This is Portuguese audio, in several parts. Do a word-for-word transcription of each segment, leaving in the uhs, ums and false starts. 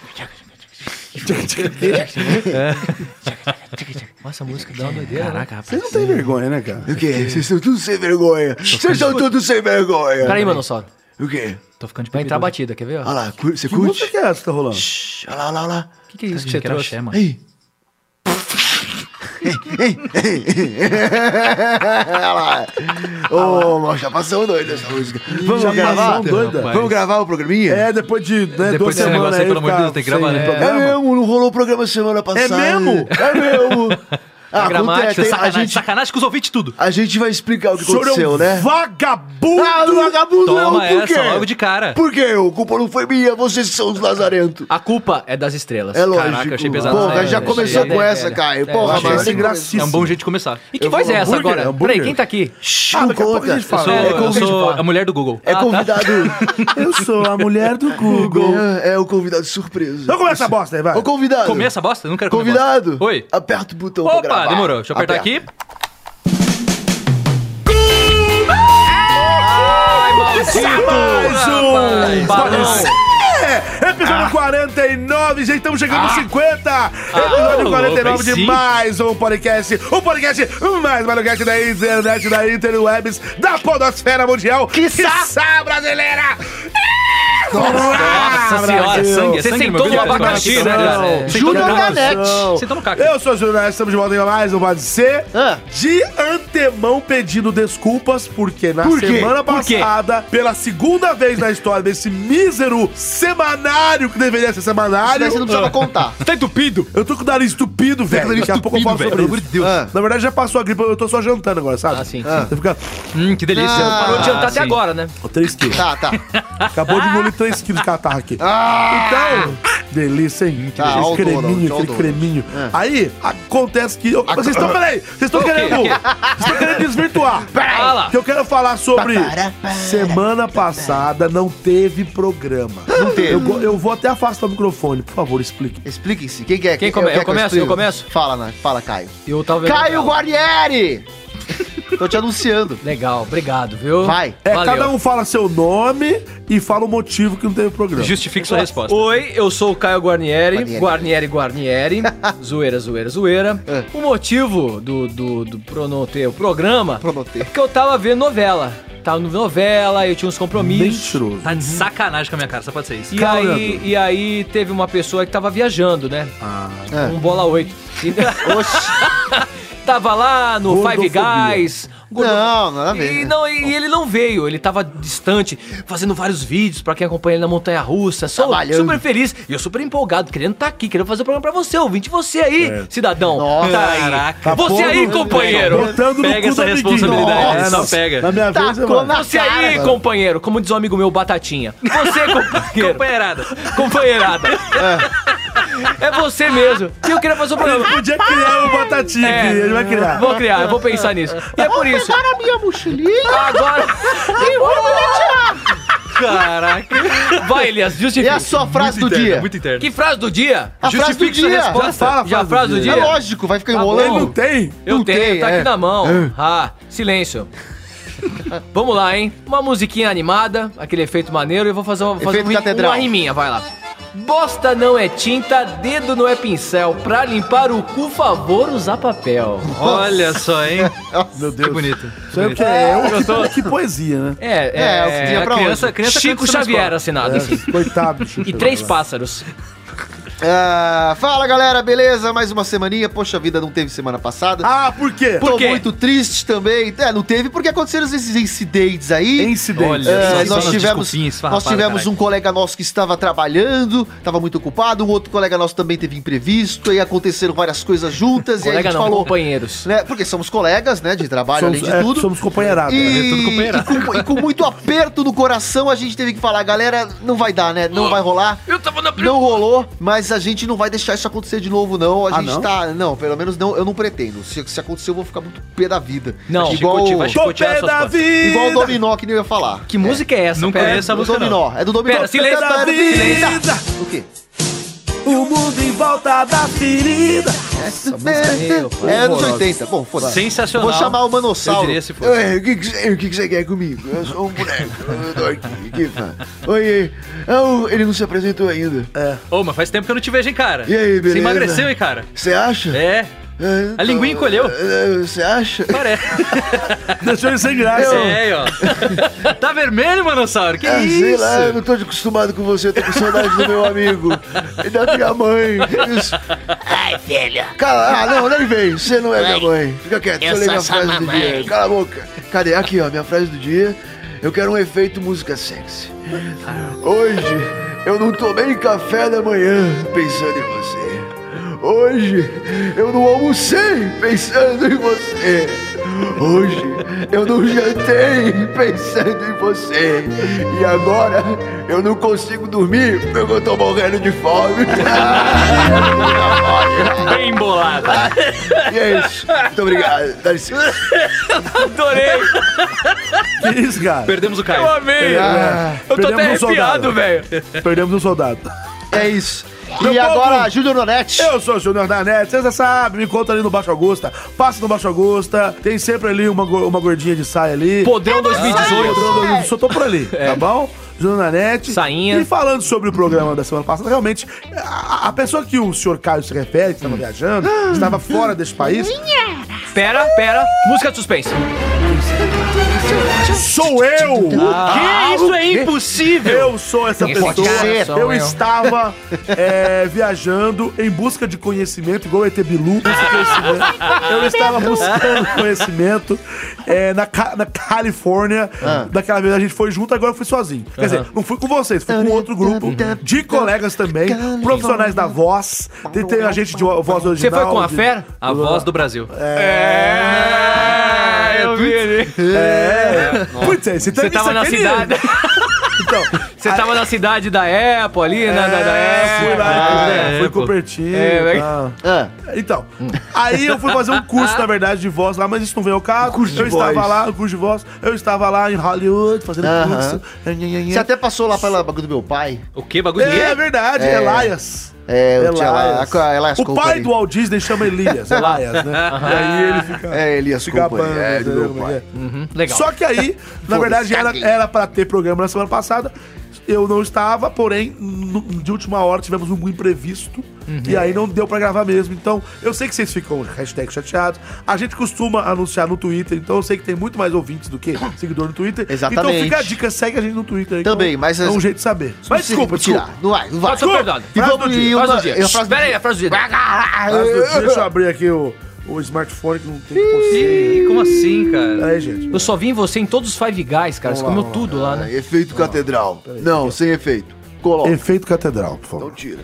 Nossa, a música dá uma doideira. Caraca, rapaz. Vocês não têm vergonha, né, cara? O quê? Vocês estão tudo sem vergonha. Vocês estão tudo sem vergonha. Peraí, Manossauro. O quê? Tô ficando de Vai entrar pedido. batida, quer ver? Ó? Olha lá, cu- você Que curte? música que é essa que tá rolando? Shhh, olha lá, olha lá, olha lá. O que, que é isso que Você você trouxe? Xé, mano. Ei. Olha lá. Ô, mas já passou doido essa música. Vamos Já gravar? passou doida. Vamos gravar o programinha? É, depois de né, Depois duas desse semanas negócio aí, aí, pelo amor de ficar Deus, tem que gravar, sem né? programa. É mesmo, não rolou o programa semana passada. É mesmo? É mesmo. Ah, gramática, acontece, tem- a, Sacanagem, gente, sacanagem com os ouvintes tudo. a gente vai explicar o que O senhor aconteceu, é um né? vagabundo! Ah, do vagabundo Toma não, por essa, quê? logo de cara. Por quê? A culpa não foi minha, vocês que são os lazarentos. A culpa é das estrelas. É lógico. Caraca, eu achei pesado Porra, essa aí, já né? começou Achei com velha. essa, Caio. É, Porra, eu achei mas sem graça. É um bom jeito de começar. E que Eu voz vou- é essa hambúrguer, agora? hambúrguer. Peraí, quem tá aqui? não daqui a pouco a conta. gente fala. Eu É, sou, eu convite sou fala. a mulher do Google. É Ah, tá. convidado. Eu sou a mulher do Google. É, é o convidado surpresa. Então começa essa bosta aí, vai. Ô, convidado. Começa a bosta? Eu não quero comer Convidado. bosta. Oi. Aperta o botão pra Opa, gravar. demorou. Deixa eu apertar Aperta. aqui. Ai, maldito! Mais um! Balão. É, episódio quarenta e nove, já estamos chegando no cinquenta! Episódio Ah, quarenta e nove louco, aí de sim. mais um podcast, o podcast mais malucast da internet, da interwebs, da podosfera mundial, quiçá brasileira! Nossa senhora, sangue, é Você sangue sentou meu no Deus, abacaxi, coração. né, cara? É. Sentou no Júnior abacaxi. Nanete. Sentou no caco. Eu sou o Júnior, nós estamos de volta em mais um Pode Ser. Ah. De antemão pedindo desculpas, porque na Por quê? semana Por quê? passada, pela segunda vez na história desse mísero semanário, que deveria ser semanário, Você não precisava contar. Tá entupido? eu tô com o nariz estupido, velho. nariz Daqui a pouco eu falo estupido, sobre velho. isso. Pelo amor de Deus. Na verdade, já passou a gripe, eu tô só jantando agora, sabe? Ah, sim, Ah. Você fica... Hum, que delícia. Ah, Parou de jantar Ah, até sim. agora, né? três quilos. Tá, tá. Acabou de engolir três quilos de catarro aqui. Ah! Então, delícia, hein? Tá, aquele ó o creminho, Donald, ó o aquele Donald. creminho. É. Aí, acontece que... eu- Vocês estão, peraí, vocês estão O quê? querendo... Vocês estão querendo desvirtuar. Ah lá. Que eu quero falar sobre... Para, para, Semana passada não teve programa. Não teve. Eu, go- eu vou até afastar o microfone, por favor, explique. Expliquem-se. Quem quer? Quem come- quer eu que começo? explique? Eu começo? Fala, Nath. Fala, Caio. Eu tava vendo. Caio Guarnieri! Tô te anunciando. Legal, obrigado, viu? Vai. É, Valeu. cada um fala seu nome e fala o motivo que não teve programa. Justifique sua resposta. Oi, eu sou o Caio Guarnieri. Guarnieri. Guarnieri, Guarnieri. zoeira, zoeira, zoeira. É. O motivo do, do, do pro não ter o programa Pronotei. é porque eu tava vendo novela. Tava no novela, eu tinha uns compromissos. Mentiroso. Tá de sacanagem com a minha cara, só pode ser isso. E Caramba. aí, e aí teve uma pessoa que tava viajando, né? Ah, É. Um bola oito. E- Oxi. tava lá no Five Gordofobia. Guys. Não, nada a ver. E, né? não, e ele não veio, ele tava distante, fazendo vários vídeos pra quem acompanha ele na Montanha Russa. Sou Trabalhando. super feliz e eu super empolgado, querendo estar aqui, querendo fazer o programa pra você, ouvinte. Você aí, É. cidadão. Nossa. Tá aí. Caraca. Você Tá aí, pondo- companheiro. Botando no Pega cu essa do amiguinho. responsabilidade, Nossa. só pega. Na minha vez, Tacou mano. na Você aí, cara. companheiro, como diz um amigo meu, Batatinha. Você, companheiro. Companheirada. Companheirada. É você mesmo. E eu queria fazer o programa. Podia criar um batatinha É. aqui, ele vai criar. Vou criar, eu vou pensar nisso. E é por isso. Pegaram a minha mochilinha. Agora. E vou me tirar. Caraca. Vai, Elias, E justifica. a sua frase do Interno, dia? muito interno. Que frase do dia? A frase do Justifique sua dia. resposta. Já fala a Já a frase do dia? É lógico, vai ficar Tá enrolando. Ele não tem? Eu Não tenho, tem, tá é. aqui na mão. Ah, silêncio. Vamos lá, hein? Uma musiquinha animada, aquele efeito maneiro, e eu vou fazer uma, fazer Efeito um, catedral. uma riminha, vai lá. Bosta não é tinta, dedo não é pincel. Pra limpar o cu, favor, usar papel. Olha só, hein? Meu Deus. Que bonito. Isso é o que é, é o que poesia, né? É, É, é. o dia A pra criança, hoje. criança Chico canta isso na Xavier escola. assinado, assim. É, coitado do Chico E três Xavier. pássaros. Ah, fala, galera, beleza? Mais uma semaninha. Poxa vida, não teve semana passada. Ah, por quê? Tô por quê? muito triste também. É, não teve porque aconteceram esses incidentes aí. Incidente. Olha, É, só, nós só tivemos, desculpinhas nós esfarrapadas, tivemos caralho. um colega nosso que estava trabalhando, estava muito ocupado, um outro colega nosso também teve imprevisto, aí aconteceram várias coisas juntas, e aí a Colega gente não, falou, companheiros. né, porque somos colegas, né, de trabalho, Somos, além de é, tudo. somos companheirados. E, né? É tudo companheirado. e com, e com muito aperto no coração, a gente teve que falar, galera, não vai dar, né? Não vai rolar. Eu tava na Não rolou, mas a gente não vai deixar isso acontecer de novo, não. A Ah, gente não? tá. Não, pelo menos não, eu não pretendo. Se, se acontecer, eu vou ficar muito pé da vida. Não, igual, chicote, vai Tô chicotear pé suas da costas. vida. igual o Dominó que nem eu ia falar. Que música é essa? Não Pera, conheço essa do música, não. Dominó. É do Dominó. Pera, silêncio. Pé da Silêncio. vida. O quê? o mundo em volta da ferida. Essa música aí, opa. É anos horrorosa. oitenta. Bom, foda-se. Sensacional. Vou chamar o Eu Manossauro. diria se fosse. Oi, o que que você- o que que você quer comigo? Eu sou um boneco. Eu tô aqui. aqui fã. Oi, oh, ele não se apresentou ainda. Ô, mas faz tempo que eu não te vejo, hein, cara? E aí, beleza? Você emagreceu, hein, cara? Você acha? É. É, A linguinha encolheu. é, Você acha? Parece. Deixou ele sem graça. É, ó. Tá vermelho, Manossauro? Que Ah, isso? sei lá, eu não tô acostumado com você, eu tô com saudade do meu amigo e da minha mãe. Isso. Ai, filho. Cala, ah, não, nem vem, você não é minha Mãe, mãe. Fica quieto, eu deixa eu ler sou minha sua frase do mamãe. dia. Cala a boca. Cadê? Aqui, ó, minha frase do dia. Eu quero um efeito música sexy. Hoje eu não tomei café da manhã pensando em você. Hoje eu não almocei pensando em você. Hoje eu não jantei pensando em você. E agora eu não consigo dormir porque eu tô morrendo de fome. Bem bolado. E é isso. Muito obrigado. Dá licença. Adorei. Que isso, cara? Perdemos o Caio. Eu amei. Ah, Eu tô até perdemos um arrepiado, soldado. velho. Perdemos um soldado. É isso. Meu E povo. agora, Júnior Nonetti. Eu sou o Júnior da Net, você já sabe, me conta ali no Baixo Augusta. Passa no Baixo Augusta, tem sempre ali uma, go- uma gordinha de saia ali. Podrão dois mil e dezoito. Eu só tô por ali, tá bom? Júnior da Net. Sainha. E falando sobre o programa da semana passada, realmente, a, a pessoa que o senhor Caio se refere, que estava viajando, estava fora desse país, Pera, pera. Música de suspense. sou eu! Que isso é impossível! Eu sou essa Esse pessoa. cara sou Eu eu. estava é, viajando em busca de conhecimento, igual o E T Bilu. Eu estava buscando conhecimento é, na, Ca- na Califórnia. Daquela vez a gente foi junto, agora eu fui sozinho. Quer dizer, não fui com vocês, fui com outro grupo de colegas também, profissionais da voz. Tem, tem a gente de voz original. Você foi com a de- fera? A voz do Brasil. É, eu vi ali. É. Putz, é, você, Você tava na cidade. Então, Você tava na cidade da Apple ali, né? Da, da é, fui Apple. lá, Ah, é, é, fui pô. com o Pertinho. É, e tal. Ah, Então, aí eu fui fazer um curso, na verdade, de voz lá, mas isso não veio ao caso. Curso de eu estava voz. lá, um curso de voz, eu estava lá em Hollywood fazendo Aham. curso. você até passou lá pela bagulho do meu pai. O que? Bagulho de É quê? verdade, É. Elias. É, eu tinha lá, a Elias O pai Company. do Walt Disney chama Elias, Elias, né? E aí ele fica... É, Elias fica Company, abando, é, do entendeu meu como é pai. que é? Uhum, legal. Só que aí, na verdade, era, era pra ter programa na semana passada. Eu não estava, porém, no- de última hora tivemos um imprevisto. E aí não deu pra gravar mesmo. Então, eu sei que vocês ficam hashtag chateados. A gente costuma anunciar no Twitter, então eu sei que tem muito mais ouvintes do que seguidor no Twitter. Exatamente. Então fica a dica, segue a gente no Twitter. aí, Também, que é um- mas é um as- jeito de saber. Mas Você desculpa, tirar. desculpa. Não vai, não vai. Pode ser perdoado. E Frase vamos do dia, e Frase uma- do dia. e a frase do Pera aí, dia. a frase do dia. Frase do dia, deixa eu abrir aqui o, o smartphone que não tem Ih, consciência. como assim, cara? Aí, gente. Eu só vi você em todos os Five Guys, cara. Você comeu tudo lá, né? É, efeito catedral. Não, sem efeito. Coloca. Efeito catedral, por favor. Então tira.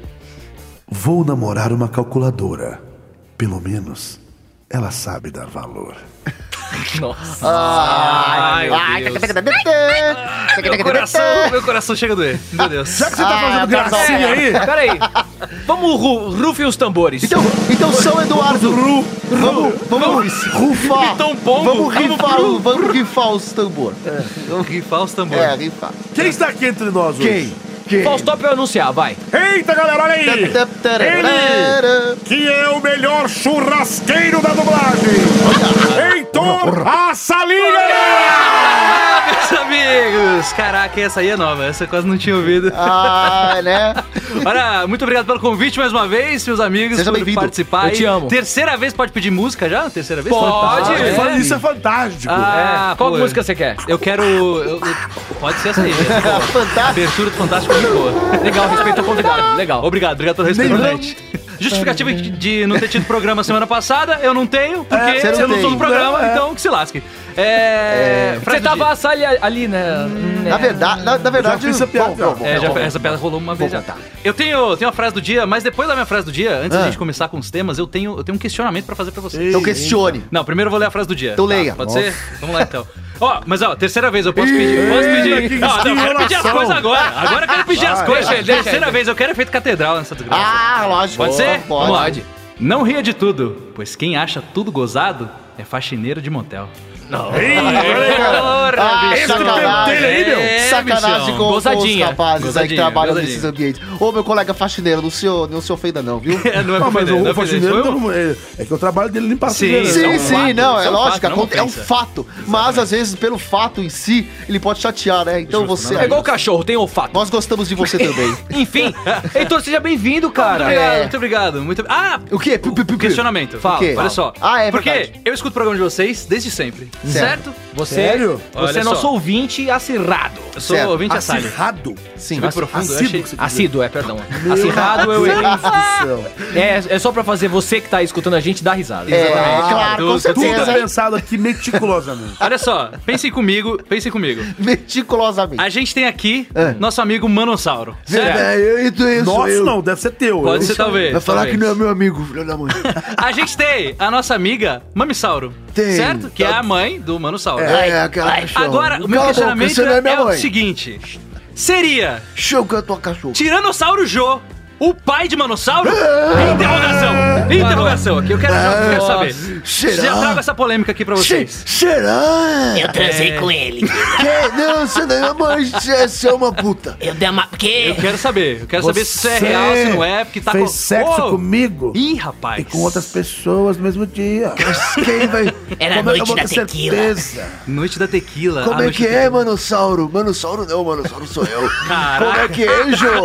Vou namorar uma calculadora. Pelo menos ela sabe dar valor. Nossa. Ai, meu Deus. Meu coração, meu coração chega a doer. Meu Deus. Já que você tá Ah, fazendo tá gracinha aí, Pera aí. Vamos ru rufem os tambores. Então, então São Eduardo, vamos, vamos rufar. Então, pombo, vamos vamos rifar, pro- o- vamos rifar os tambor. Vamos rifar os tambores. É, rifar. quem está aqui entre nós hoje? Quem? Quem? Faustop vai anunciar, vai. Eita, galera, olha aí! Ele, que é o melhor churrasqueiro da dublagem! Heitor Assalinha! Ah, meus amigos! Caraca, essa aí é nova. Essa eu quase não tinha ouvido. Ah, né? Olha, muito obrigado pelo convite mais uma vez, meus amigos, Seja por bem-vindo. participar. Eu te E amo. Terceira vez pode pedir música já? Terceira vez? Pode. Ah, É. fala- Isso é fantástico! Ah, É, qual pô, música você quer? Eu quero. eu- eu- pode ser essa aí. Né? Boa. Fantástico. Abertura do Fantástico é muito boa. Legal, respeita o convidado. Legal. Obrigado, obrigado pelo respeito, Nem gente. Justificativa de de não ter tido programa semana passada, eu não tenho, porque É, você não eu não tem. sou do programa, É. então que se lasque. É. Você frase do tava dia. assa ali, ali, né? Na verdade, na, na verdade... Já fiz essa piada, bom, já. bom, bom, É, já, bom, essa piada rolou uma vez já. contar. Eu tenho, tenho a frase do dia, mas depois da minha frase do dia, antes Ah. da gente começar com os temas, eu tenho, eu tenho um questionamento pra fazer pra vocês. Então questione. Não, primeiro eu vou ler a frase do dia. Então leia. Pode ser? Vamos lá então. Ó, mas ó, terceira vez eu posso pedir. Posso Eita, pedir. que Não, não, eu quero pedir as enrolação. coisas agora. Agora eu quero pedir as Vai, coisas. deixa ele, deixa terceira ele. vez eu quero efeito catedral nessa desgraça. Ah, lógico. Pode ser? Pode. Vamos lá. Não ria de tudo, pois quem acha tudo gozado é faxineiro de motel. Não. Ei, olha, cara. Ah, Esse sacanagem. pentelho aí, meu. É, Sacanagem bichão. com, com os Gozadinha. rapazes aí que Gozadinha, trabalham gozadinha. nesses ambientes. Ô, meu colega faxineiro, não se, não se ofenda não, viu? É, não é Não, pra mas ofender, não o, é o pra ofender, faxineiro foi um- não- é, é que o trabalho dele é limpar a Sim, sujeira. Isso é Sim, um sim, fato, não, isso é é um lógico, fato, não aconte- é um ofensa. fato. Mas às vezes, pelo fato em si, ele pode chatear, né? Então você. É igual o cachorro, tem olfato. Nós gostamos de você também. Enfim, Heitor, seja bem-vindo, Muito cara. obrigado, É. muito obrigado. Muito... Ah, O quê? Pu- pu- pu- pu- questionamento. Fala, quê? Olha só. Ah, é Porque verdade. eu escuto o programa de vocês desde sempre. Certo. Certo? Você, Sério? você Olha é nosso só. ouvinte acirrado. Eu sou Certo. ouvinte assálio. Acirrado. Sim. Muito profundo, eu Assíduo, achei... que você quer dizer. Assíduo, é, perdão. Meu Acirrado, eu Deus errei. do céu. É, é só pra fazer você que tá escutando a gente dar risada. É, Exatamente. claro, com Tudo- Tudo certeza. pensado aqui meticulosamente. Olha só, pensem comigo, pensem comigo. Meticulosamente. A gente tem aqui É. nosso amigo Manossauro. Certo? É, eu, então eu sou Nosso eu. não, deve ser teu. Pode Eu- ser talvez. Vai falar talvez. que não é meu amigo, filho da mãe. A gente tem a nossa amiga Mamissauro. Tem. Certo? Que é a mãe do Manossauro. É, aquela cachorra. Agora, o meu Cala a boca, questionamento você não é minha é o mãe. seguinte: seria Show com a tua cachorra. Tiranossauro Jô o pai de Manossauro? Interrogação! Interrogação aqui, eu quero, eu quero saber. Será? Já trago essa polêmica aqui pra Che- vocês. Será? Eu transei com ele. Que? Não, você não é minha mãe, você você é uma puta. Eu dei uma. Porque. Eu quero saber, eu quero saber se isso é Você real, se não é, porque tá fez com... sexo Ô! comigo Ih, rapaz. e com outras pessoas no mesmo dia. Quem vai... Era a Como é que eu noite vou da ter tequila. certeza? Noite da tequila. Como a é noite que da é, Manossauro? Manossauro não, Manossauro sou eu. Caraca. Como é que é, Jô?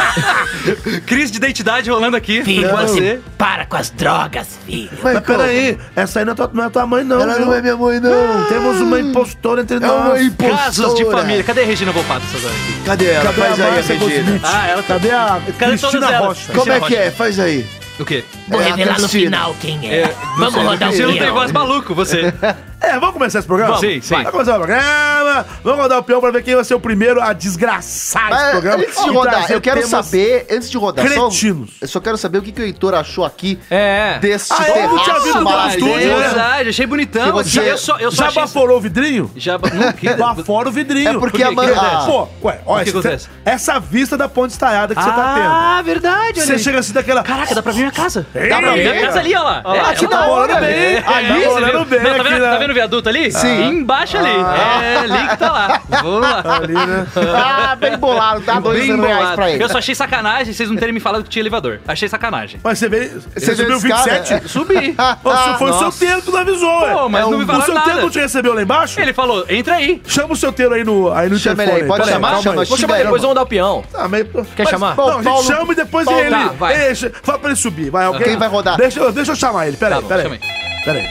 tequila. Crise de identidade rolando aqui. Filho, com você você. para com as drogas, filho. Mas como? peraí, essa aí não é tua, não é tua mãe, não. Ela viu? não é minha mãe, não. Temos uma impostora entre É nós. uma impostora. Casos de família. Cadê a Regina Volpato, essas horas aqui? Cadê ela? Cadê Faz a aí a Márcia Regina. Goldsmith? Ah, ela tá- Cadê a Cadê todas Cristina elas? Rocha? Como é Cristina que é? Rocha. Faz aí. O quê? Vou É a revelar no Cristina. final quem é. É, Vamos rodar o Você não tem peão. voz maluco, você. É, vamos começar esse programa? Vamos. Sim, sim. Vai começar o programa. Vamos rodar o peão pra ver quem vai ser o primeiro a desgraçar esse Mas, programa. antes de E rodar, trazer eu quero temas saber, antes de rodar, só, cretinos. eu só quero saber o que, que o Heitor achou aqui É. deste Ah, eu não tinha visto terraço no maravilhoso. estúdio, É né? verdade, achei bonitão. Que você- Eu só, eu só Já achei... baforou o vidrinho? Já... Não, que... Bafora o vidrinho. É porque Por a quê? man... Que acontece? ah, Pô, ué, olha, O que essa- acontece? essa vista da ponte estaiada que você tá tendo. Ah, verdade, olha Você aí. chega assim daquela... Caraca, dá pra ver minha casa. Dá pra Minha ver? casa ali, ó lá. É, aqui ela tá morando bem. É, Ali ali, você morando viu? bem. Não, tá, aqui vendo, na- tá vendo o viaduto ali? Sim. Embaixo ali. É ali que tá lá. Vamos lá. Ali, né? Ah, bem bolado, dá dois Bem reais bolado. pra ele. Eu só achei sacanagem vocês não terem me falado que tinha elevador. Achei sacanagem. Mas você veio... Você Você subiu veio de escada? vinte e sete? Subi. Ô, se foi o seu Nossa. teiro que não avisou, ué. Pô, mas É não o- me falaram O seu nada. teiro não te recebeu lá embaixo? Ele falou, entra aí. Chama o seu teiro aí no, aí no Chama telefone. ele aí, pode Pera chamar, calma chama, aí. Vou chamar Chega, depois, vamos dar o peão. Ah, mas, Quer chamar? Não, a gente Paulo- chama e depois Paulo- ele... Tá, vai. Deixa, fala pra ele subir. Vai, alguém? Quem vai rodar? Deixa, eu- deixa eu chamar ele. Pera Tá aí, bom, pera chama aí. aí. Pera aí.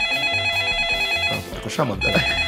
Tá, tô chamando, pera aí.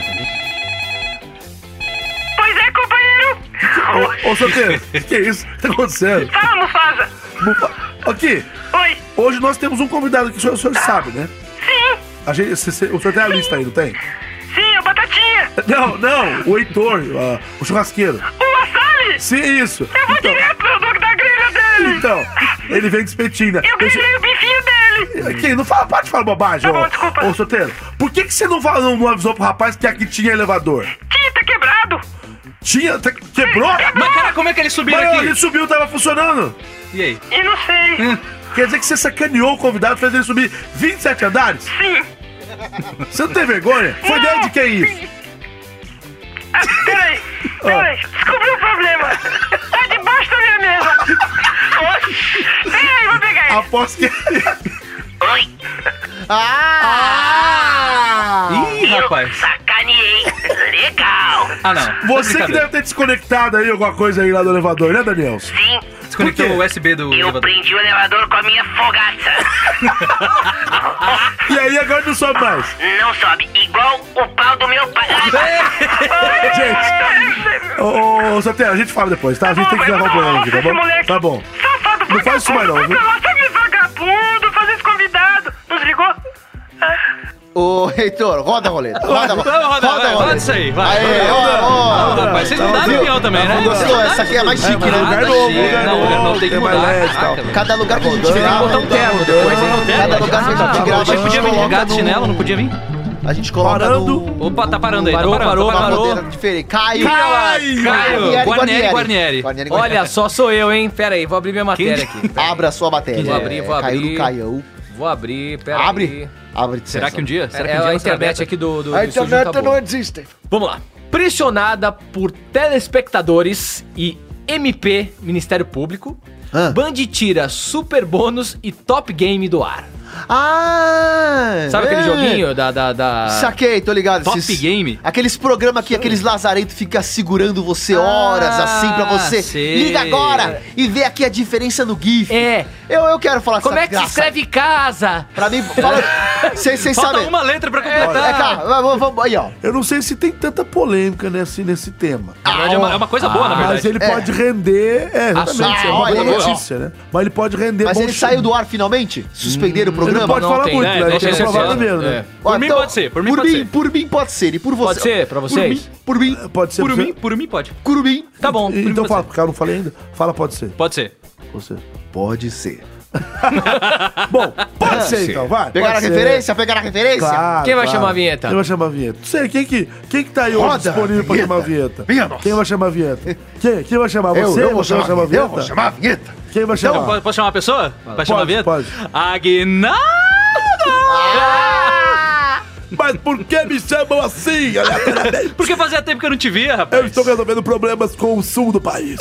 Pois é, companheiro. Ô, ô solteiro, o que, que é isso? O que tá acontecendo? Fala, Mufasa. Bufa- Aqui, Oi. hoje nós temos um convidado que o senhor, o senhor sabe, né? Sim, A gente, se- se- o senhor tem a lista aí, não tem? sim, a Batatinha. Não, não, o Heitor, ah, o churrasqueiro. O Wasabi. Sim, isso. Eu vou Então, direto no dog da grelha dele. então, ele vem de espetinho, né? Eu Deixa- grelhei o bifinho dele. Aqui, não fala, pode falar bobagem, Tá ô. bom, desculpa. Ô, solteiro, por que, que você não, fala, não, não avisou pro rapaz que aqui tinha elevador? Tinha, tá quebrado. Tinha, tá- quebrou? Mas, cara, como é que eles subiram Mas a aqui? gente subiu, tava funcionando. E aí? E não sei. Quer dizer que você sacaneou o convidado, fez ele subir vinte e sete andares? Sim. Você não tem vergonha? Foi Não. ideia de quem isso? Ah, peraí. Peraí. Descobri o problema. Tá debaixo da minha mesa. Oxi. Peraí, vou pegar ele. Aposto que... Oi, Ah! Ih, rapaz. sacaneei. Legal. Ah, não. Você que Brincadeira. deve ter desconectado aí alguma coisa aí lá do elevador, né, Daniel? Sim, Desconectou Por quê? o U S B do eu elevador. prendi o elevador com a minha fogaça. E aí agora não sobe mais. Não sobe, igual o pau do meu pai. Gente, ô, ô, ô Santana, a gente fala depois, tá? A gente Tá tem bom, que gravar um vai, programa aqui, tá esse bom? moleque. Tá bom. Safado, Não faz isso mais não, viu? Você me vagabundo, fazer esse convidado. Não desligou? Ô, Heitor, roda a roleta. Roda, Vamos rodar, vai, roda isso aí, vai. Aê, ó, ó. Não, rapaz, vocês mudaram o peão também, né? Gostou? Essa aqui é mais chique, mas né? lugar Nada novo, chique. lugar Não, lugar novo, novo tem que tem mais mudar. L E D e tal. Caraca, velho. Cada lugar que a gente Tem que grava, botar um terno depois, hein? cada lugar que a gente grava, a Você gente podia vir de coloca gato no- chinelo, não podia vir? A gente coloca Parando. no... Opa, tá parando aí, Parou, tá parando, parou, tá Uma parando. parou. bandeira diferente. Caio! Caio! Caio, Guarnieri, Guarnieri. Guarnieri, Olha Guarnieri. só, sou eu, hein? Pera aí, vou abrir minha matéria aqui. Abra a sua matéria. Vou abrir, vou Caio abrir. do Caião. Vou abrir, pera Abre. aí. Abre. Será César. que um dia? É, Será que é um dia a ela será internet aberta? aqui do, do, A do estúdio internet acabou. não existe. Vamos lá. Pressionada por telespectadores e M P, Ministério Público, Ah. Band tira Super Bônus e Top Game do ar. Ah! Sabe aquele é. joguinho da... da, da... Saquei, tô ligado. Top Game? Aqueles programas que aqueles lazarentos ficam segurando você horas Ah, assim pra você. sei. Liga agora e vê aqui a diferença no GIF. É. Eu, eu quero falar Como essa é que se graça. escreve casa? Pra mim, fala. Vocês Falta sabem. uma letra pra completar. É, cara, vamos, vamos aí, ó. Eu não sei se tem tanta polêmica nesse, nesse tema. Na verdade, é uma, é uma coisa boa, na Mas verdade. ele É. pode render. É, exatamente. Ah, é uma olha, boa ó. notícia, né? Mas ele pode render Mas bom ele chi- saiu do ar finalmente? Suspenderam o Ele não programa? pode Não falar tem, muito, né? né? Ele Deixa tem que eu provar certeza. primeiro, É. né? Ó, Por mim pode ser, por mim por pode mim, ser. Por mim pode ser, e por você. Pode ser pra Por vocês? mim, por mim, Pode ser Por você? mim, por mim pode. por mim. Tá bom. E- Então pode fala, ser. porque eu não falei ainda. Fala, pode ser. Pode ser. Você. Pode ser. Bom, pode ser então, vai. Pegaram a pode ser. referência? Pegaram a referência? Claro, Quem vai claro. chamar a vinheta? Quem vai chamar a vinheta? Não sei, quem que, quem que tá aí hoje Roda a disponível pra vinheta. chamar a vinheta? Minha nossa. Quem vai chamar a vinheta? Quem? Quem vai chamar? Eu, Você? eu vou Você vai chamar, chamar a eu vinheta? vou chamar a vinheta. Quem vai Então, chamar? posso, posso chamar uma pessoa? Pra chamar a vinheta? pode. Aguinaldo! Mas por que me chamam assim, aleatoriamente? Porque fazia tempo que eu não te via, Eu rapaz. estou resolvendo problemas com o sul do país.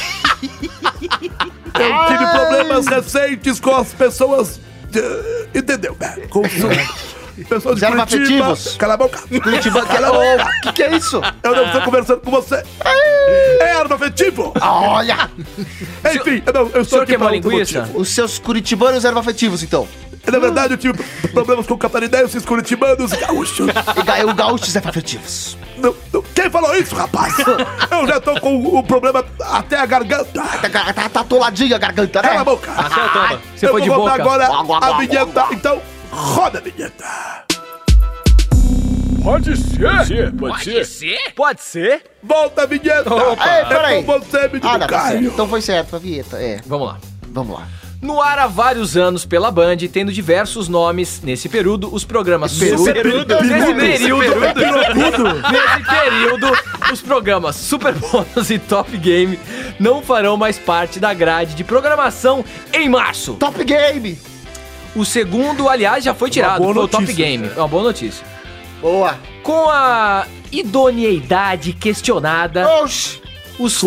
Eu tive problemas recentes com as pessoas. eh, Entendeu? né? Com o sul. Pessoas de Zero Curitiba. afetivos. Cala a boca. Curitiba, que, Cala a boca. oh, que que é isso? Eu não estou conversando com você. É erva afetivo. Olha, Enfim, eu, não, eu O estou senhor aqui queimou para a outro linguiça? motivo. os seus curitibanos eram afetivos, então. Na verdade, eu tive problemas com catarinenses, curitibanos e gaúchos. E ga- o gaúchos eram afetivos. Não, não, quem falou isso, rapaz? Eu já tô com o problema até a garganta. Tá, tá, tá atoladinha a garganta, né? Cala a boca. Até o toba. Você eu foi de vou botar boca. agora Guá, guá, a guá, vinheta. guá. Então, roda a vinheta. Pode ser. Pode ser? Pode ser? Volta a vinheta. Ei, peraí. É com você, menino Ah, não, tá certo. Caio. Então foi certo a vinheta, é. Vamos lá. Vamos lá. No ar há vários anos pela Band, tendo diversos nomes. Nesse período, os programas Período? Super... Período? Nesse período, Tudo. nesse período, os programas Super Bônus e Top Game não farão mais parte da grade de programação em março. Top Game! O segundo, aliás, já foi tirado, boa foi o Top notícia, Game. né? É uma boa notícia. Boa. Com a idoneidade questionada, Oxi! os,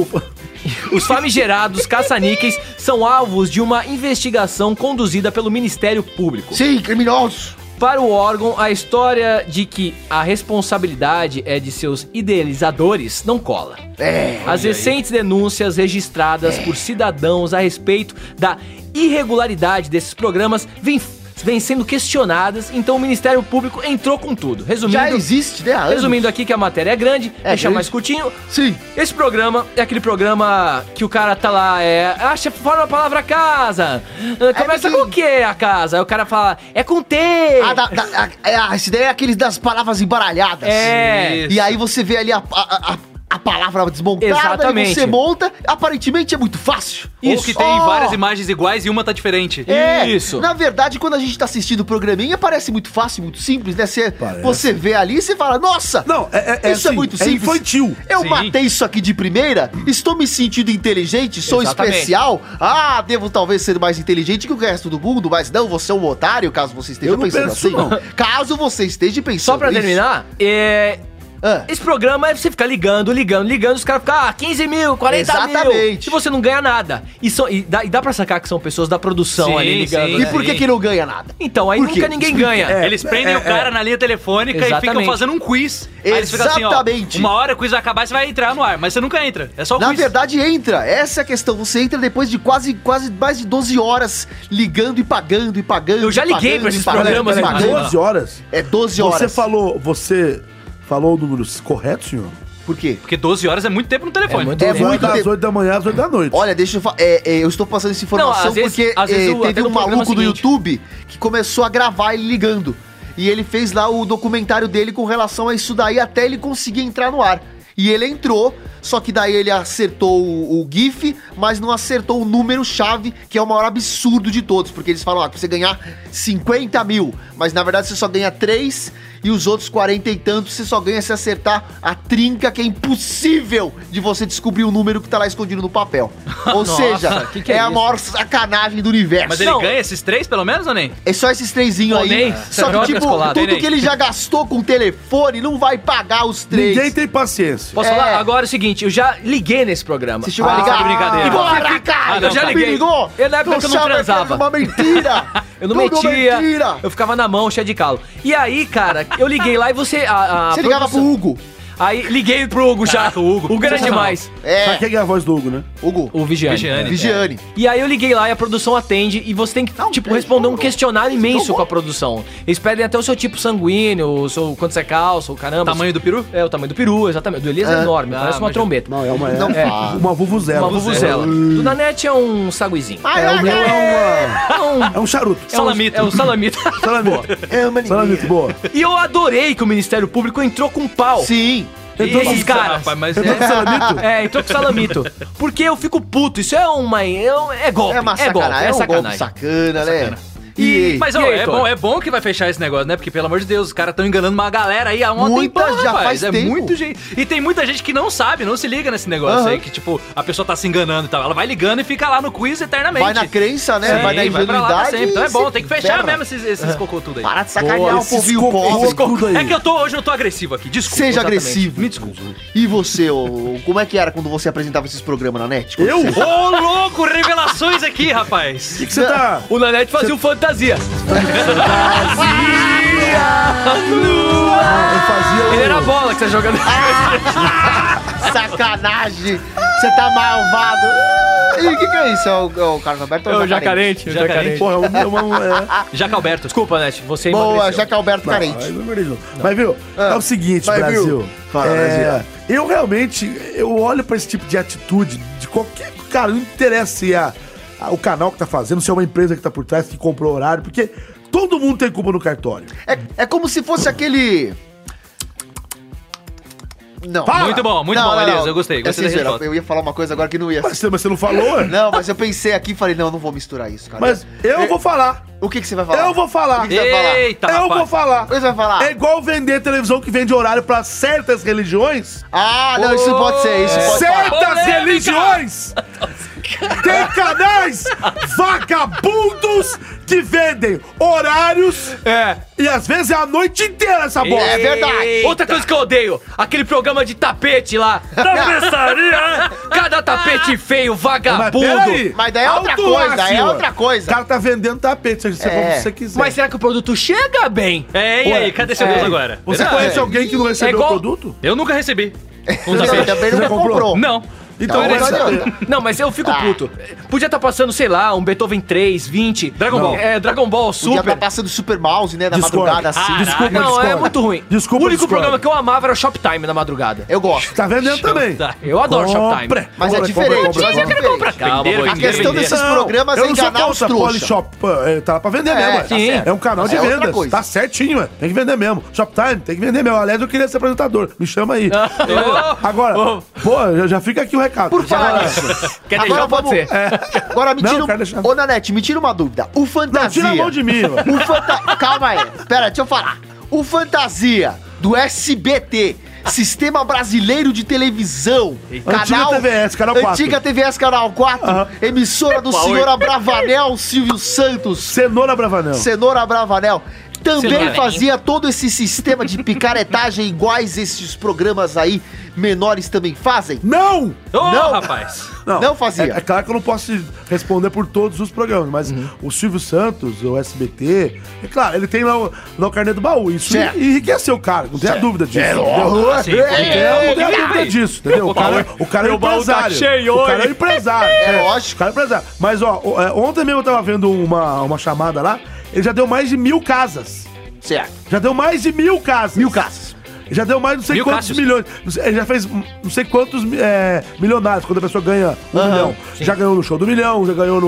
os famigerados caça-níqueis são alvos de uma investigação conduzida pelo Ministério Público. Sim, criminosos! Para o órgão, a história de que a responsabilidade é de seus idealizadores não cola. É. As recentes denúncias registradas por cidadãos a respeito da irregularidade desses programas vêm, vêm sendo questionadas, então o Ministério Público entrou com tudo. Resumindo, Já existe, né? há anos. resumindo aqui que a matéria é grande, É deixa grande. mais curtinho. Sim. Esse programa é aquele programa que o cara tá lá, é. Acha, forma a palavra casa. Ah, Começa porque- com o que a casa? Aí o cara fala, é com T. Ah, da, da, a, é, a- esse daí é aqueles das palavras embaralhadas. É. E aí você vê ali a, a, a, a palavra desmontada Exatamente. e você monta. Aparentemente é muito fácil. Ou que tem Oh. várias imagens iguais e uma tá diferente. É, Isso. Na verdade, quando a gente tá assistindo o programinha, parece muito fácil, muito simples, né? Você, Parece. você vê ali e você fala, nossa, Não, é, é, isso é assim, muito é simples. infantil. Eu Sim. matei isso aqui de primeira, estou me sentindo inteligente, sou Exatamente. especial. Ah, devo talvez ser mais inteligente que o resto do mundo, mas não, você é um otário, caso você esteja Eu não pensando penso, assim. não. Caso você esteja pensando Só pra isso. terminar, é. Ah, Esse programa é você ficar ligando, ligando, ligando, os caras ficam, ah, quinze mil, quarenta mil. Exatamente. E você não ganha nada. E, são, e, dá, e dá pra sacar que são pessoas da produção Sim, ali ligando. sim. né? e por que que não ganha nada? Então, aí Por quê? nunca ninguém ganha. É, Eles prendem é, o cara na linha telefônica e ficam Exatamente. fazendo um quiz. Aí eles ficam assim, ó, Exatamente. uma hora o quiz vai acabar e você vai entrar no ar, mas você nunca entra. É só o Na quiz. verdade, entra. Essa é a questão. Você entra depois de quase, quase mais de doze horas ligando e pagando e pagando. Eu já e liguei pagando pra e esses pagando, programas, e hein? pagando. doze horas. É doze horas. Você falou, você falou o número correto, senhor? Por quê? Porque doze horas é muito tempo no telefone. É muito É tempo. muito das tempo. oito da manhã às oito da noite. Olha, deixa eu falar. É, é, eu estou passando essa informação Não, às vezes- porque às vezes é, o- até teve no um programa maluco do seguinte. YouTube que começou a gravar ele ligando. E ele fez lá o documentário dele com relação a isso daí até ele conseguir entrar no ar. E ele entrou, só que daí ele acertou o, o GIF, mas não acertou o número-chave, que é o maior absurdo de todos. Porque eles falam, ó, pra você ganhar cinquenta mil, mas na verdade você só ganha três e os outros quarenta e tantos você só ganha se acertar a trinca, que é impossível de você descobrir o número que tá lá escondido no papel. Ou Nossa, seja, que que é é, a isso? maior sacanagem do universo. Mas ele Não. ganha esses três, pelo menos, ou nem? É só esses trêsinhos Ô, aí. Ney, Só que, drogas tipo, coladas, tudo hein, Ney? que ele já gastou com telefone não vai pagar os três. Ninguém tem paciência. Posso É. falar? Agora é o seguinte, eu já liguei nesse programa. Você chegou a Ah, ligar? que brincadeira. E você Ah, fica- não, eu já me liguei. ligou? Eu, na época que eu não sabe que transava. É uma mentira. Eu não Tudo metia, mentira. eu ficava na mão, cheio de calo. E aí, cara, eu liguei lá e você... A, a Você ligava pro produção- Hugo. Aí liguei pro Hugo já. Caraca, o Hugo. O Hugo era Sensacional. demais. É, Sabe quem é a voz do Hugo, né? Hugo. O Vigiane. Vigiane. Vigiane. E aí eu liguei lá e a produção atende e você tem que, tipo, responder um questionário imenso com a produção. Eles pedem até o seu tipo sanguíneo, o seu, quanto você calça, o caramba. Tamanho do peru? É, o tamanho do peru, exatamente. O do Elias é, Ah, enorme, ah, parece uma mas- trombeta. Não, é uma, é, Não é fala. uma vuvuzela. Uma vuvuzela. Do Nanete é um saguizinho. Ai, É, o ai, meu ai. é, É um... uma, é um charuto. é um- Salamito. É um salamito. Salamito. É uma Salamito, boa. E eu adorei que o Ministério Público entrou com pau. Sim. Entrou esses Eita, caras. rapaz, mas Entrou com é... salamito? É, entrou com salamito. Porque eu fico puto. Isso é uma. É, um- é golpe. É uma é golpe. sacanagem. É É um golpe sacanagem. sacana, né? E- Mas, E ó, aí, é, Heitor? bom, é bom que vai fechar esse negócio, né? Porque, pelo amor de Deus, os caras estão enganando uma galera aí há um Muita, tempão, já rapaz. faz é tempo. muito gente. E tem muita gente que não sabe, não se liga nesse negócio Aham. aí, que, tipo, a pessoa tá se enganando e tal. Ela vai ligando e fica lá no quiz eternamente. Vai na crença, né? Sim, vai na vai pra lá pra ingenuidade. sempre. Então é e bom, se tem que fechar ferra. mesmo esses, esses cocô tudo aí. Para de sacanear Boa, o esses povinho cocô pobre. tudo aí. É que eu tô, hoje eu tô agressivo aqui, desculpa. Seja Exatamente. agressivo. Me desculpa. E você, ô, como é que era quando você apresentava esses programas na net? Quando Eu? você- Ô, louco, revelações aqui, rapaz. O que que você tá... O Nanete fazia um fantasia. Eu fazia... o- Ele era a bola que você jogando. Sacanagem! Você tá malvado! E o que, que é isso? É o, é o Carlos Alberto ou É o o jacarente. o Jacarente. Porra, é uma... uma é... Jaca Alberto. Desculpa, Nanete. Você Boa, emagreceu. Jaca Alberto Não, Carente. aí não é verdade, não. Mas, viu, Ah. é o seguinte, Vai, Brasil. viu? Fala, é, Brasil. eu realmente, eu olho pra esse tipo de atitude, de qualquer... Cara, não interessa se é a- a- o canal que tá fazendo, se é uma empresa que tá por trás, que comprou horário, porque todo mundo tem culpa no cartório. É, é como se fosse aquele. Não. Fala! Muito bom, muito Não, bom, não, Elias. não. Eu gostei, É gostei da sincero, resposta. eu ia falar uma coisa agora que não ia. Mas, você- mas você não falou, é? Não, mas eu pensei aqui e falei, não, eu não vou misturar isso, cara. Mas eu vou falar. O que, que você vai falar? Eu vou falar. O que, que você vai falar? Eita, eu rapaz. vou falar. O que você vai falar? É igual vender televisão que vende horário pra certas religiões. Ah, não, isso pode ser, isso pode falar. Certas Polêmica! religiões tem canais vagabundos que vendem horários É. e às vezes é a noite inteira essa bosta. É verdade. Outra coisa que eu odeio, aquele programa de tapete lá. Tapeçaria. Cada tapete feio, Mas vagabundo. peraí. Mas daí é outra Alto coisa, lá, é senhor. outra coisa. O cara tá vendendo tapete, você você É. compra o que você quiser. Mas será que o produto chega bem? É, e Ué, aí, cadê seu é. Deus agora? Você Verdade. conhece alguém que não recebeu igual- o produto? Eu nunca recebi. Um Você tapete. também Você nunca já comprou? comprou. Não. Então, Não, olha não só. adianta. Não, mas eu fico Ah. puto. Podia estar passando, sei lá, um Beethoven três, vinte. Dragon Não. Ball. É, Dragon Ball Podia Super. tá passando Super Mouse, né, da Discordo. madrugada assim. Ah, Desculpa, Não, discordo. é muito ruim. Desculpa, o único discordo. programa que eu amava era o Shoptime na madrugada. Eu gosto. Tá vendendo também. Eu adoro Shoptime. Compre. Mas é Compre, diferente, compre, mas é compre. diferente. Calma, Venderam, vou A venderam, questão venderam. desses programas eu é não sou enganar os contra trouxas. Polishop, pô, é, tá lá pra vender É, mesmo. tá É, certo. é um canal de É outra vendas. coisa. Tá certinho, é. Tem que vender mesmo. Shoptime, tem que vender mesmo. Aliás, eu queria ser apresentador. Me chama aí. Agora, Ô. pô, já, já fica aqui o recado. Por falar Agora- nisso. Quer Agora deixar? Pode vamos- ser. Agora me Não, tira quero deixar. um... Ô, Nanete, me tira uma dúvida. O Não, Fantasia... tira a mão de mim, mano. O fanta... Calma aí. Pera, deixa eu falar. O Fantasia do S B T, Sistema Brasileiro de Televisão, Antiga T V S, canal quatro. Antiga T V S, canal quatro, Aham. emissora do senhor Abravanel Silvio Santos, Cenoura Bravanel. Cenoura Bravanel, também Cenoura. fazia todo esse sistema de picaretagem iguais esses programas aí menores também fazem? Não! Ô, Não. rapaz. Não fazia. É, é claro que eu não posso te responder por todos os programas, mas Uhum. o Silvio Santos, o S B T, é claro, ele tem lá o, lá o carnê do baú. Isso Certo. enriqueceu o cara, não tem a dúvida disso. entendeu? Oh, sim. é, Não tem a- não tem a é, dúvida é. disso, entendeu? O cara, o cara é meu baú tá empresário. cheio o cara hoje. é empresário. É lógico. O cara é empresário. Mas, ó, o- é, ontem mesmo eu tava vendo uma, uma chamada lá, ele já deu mais de mil casas. certo. Já deu mais de mil casas. Mil caças. Já deu mais não sei Mil quantos Cássios. milhões. Não sei- Ele já fez não sei quantos é, milionários quando a pessoa ganha um Aham, milhão. Já ganhou no show do milhão, já ganhou no,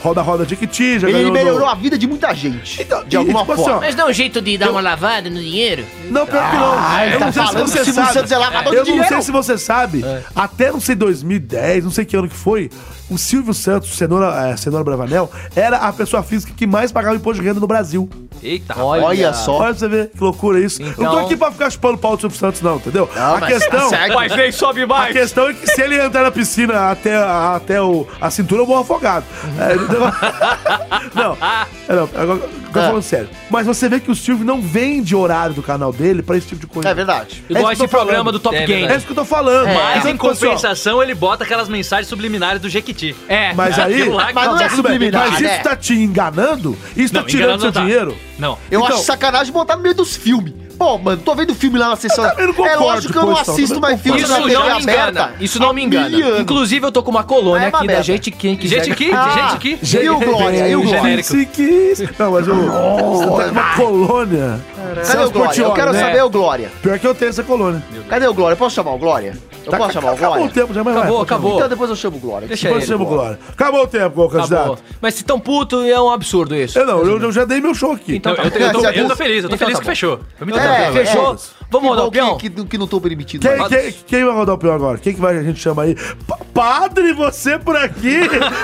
Roda Roda Jequiti, já Ele ganhou melhorou no... a vida de muita gente. Então, de e, alguma tipo assim, forma. ó, Mas dá um jeito de dar uma lavada no dinheiro? Não, pior que não. Ah, ele eu tá não sei se falando você que o Silvio sabe. Santos é lavador de Eu não dinheiro. sei se você sabe. Até, não sei, dois mil e dez, não sei que ano que foi, o Silvio Santos, Cenoura, é, Cenoura Bravanel, era a pessoa física que mais pagava imposto de renda no Brasil. Eita, Olha, Olha só. Olha pra você ver que loucura isso. Então- Não tô aqui pra ficar chupando o pau do Silvio Santos, não, entendeu? Não, a mas questão... tá certo. Mas vem, sobe A mais. questão é que se ele entrar na piscina até, até o, a cintura, eu morro afogado. É, não, é, não, agora eu tô É. falando sério. Mas você vê que o Silvio não vende horário do canal dele pra esse tipo de coisa. É verdade. Igual É isso que esse eu tô programa falando. do Top É Game. verdade. É isso que eu tô falando. Mas Então, em tipo assim, ó, compensação, ele bota aquelas mensagens subliminares do Jequiti. É. Mas aí. Aquilo lá que Mas não é tudo bem, subliminar, mas isso né? tá te enganando? Isso Não, tá tirando enganando seu não tá. dinheiro? Não. Eu Então- acho sacanagem botar no meio dos filmes. Pô, mano, tô vendo filme lá na sessão. Eu também não concordo É lógico que eu com não isso, não. assisto Também mais não filmes Isso na não T V me aberta. engana. Isso não há me engana. mil anos. Inclusive, eu tô com uma colônia É uma aqui da merda. gente, quem quiser. Gente aqui, Ah. gente aqui. E o Glória? E o Glória? Genérico. Se quis. Não, mas o. Você tá com uma colônia. Cadê Celso o Glória? Eu Portiolli, quero né? saber o Glória. Pior que eu tenho essa colônia. Cadê o Glória? Posso chamar o Glória? Eu Tá, posso chamar o acabou Glória? o tempo já, mas vai, Acabou, pode chamar. acabou. Então depois eu chamo o Glória. Deixa Depois ele. chama o Glória. Acabou o tempo, candidato. Acabou. Mas se tão puto, é um absurdo isso. Eu não, eu, eu já dei meu show aqui. Então Eu, tá eu, bom. tô, eu, tô, Então eu tô tá feliz, eu tô Então feliz tá que bom. fechou. Foi muito É, tranquilo. Fechou? Vamos rodar o Que bom peão? que, que, que não tô permitido Quem, mais. quem, quem vai rodar o peão agora? Quem que vai, a gente chama aí? Pa- Padre, você por aqui?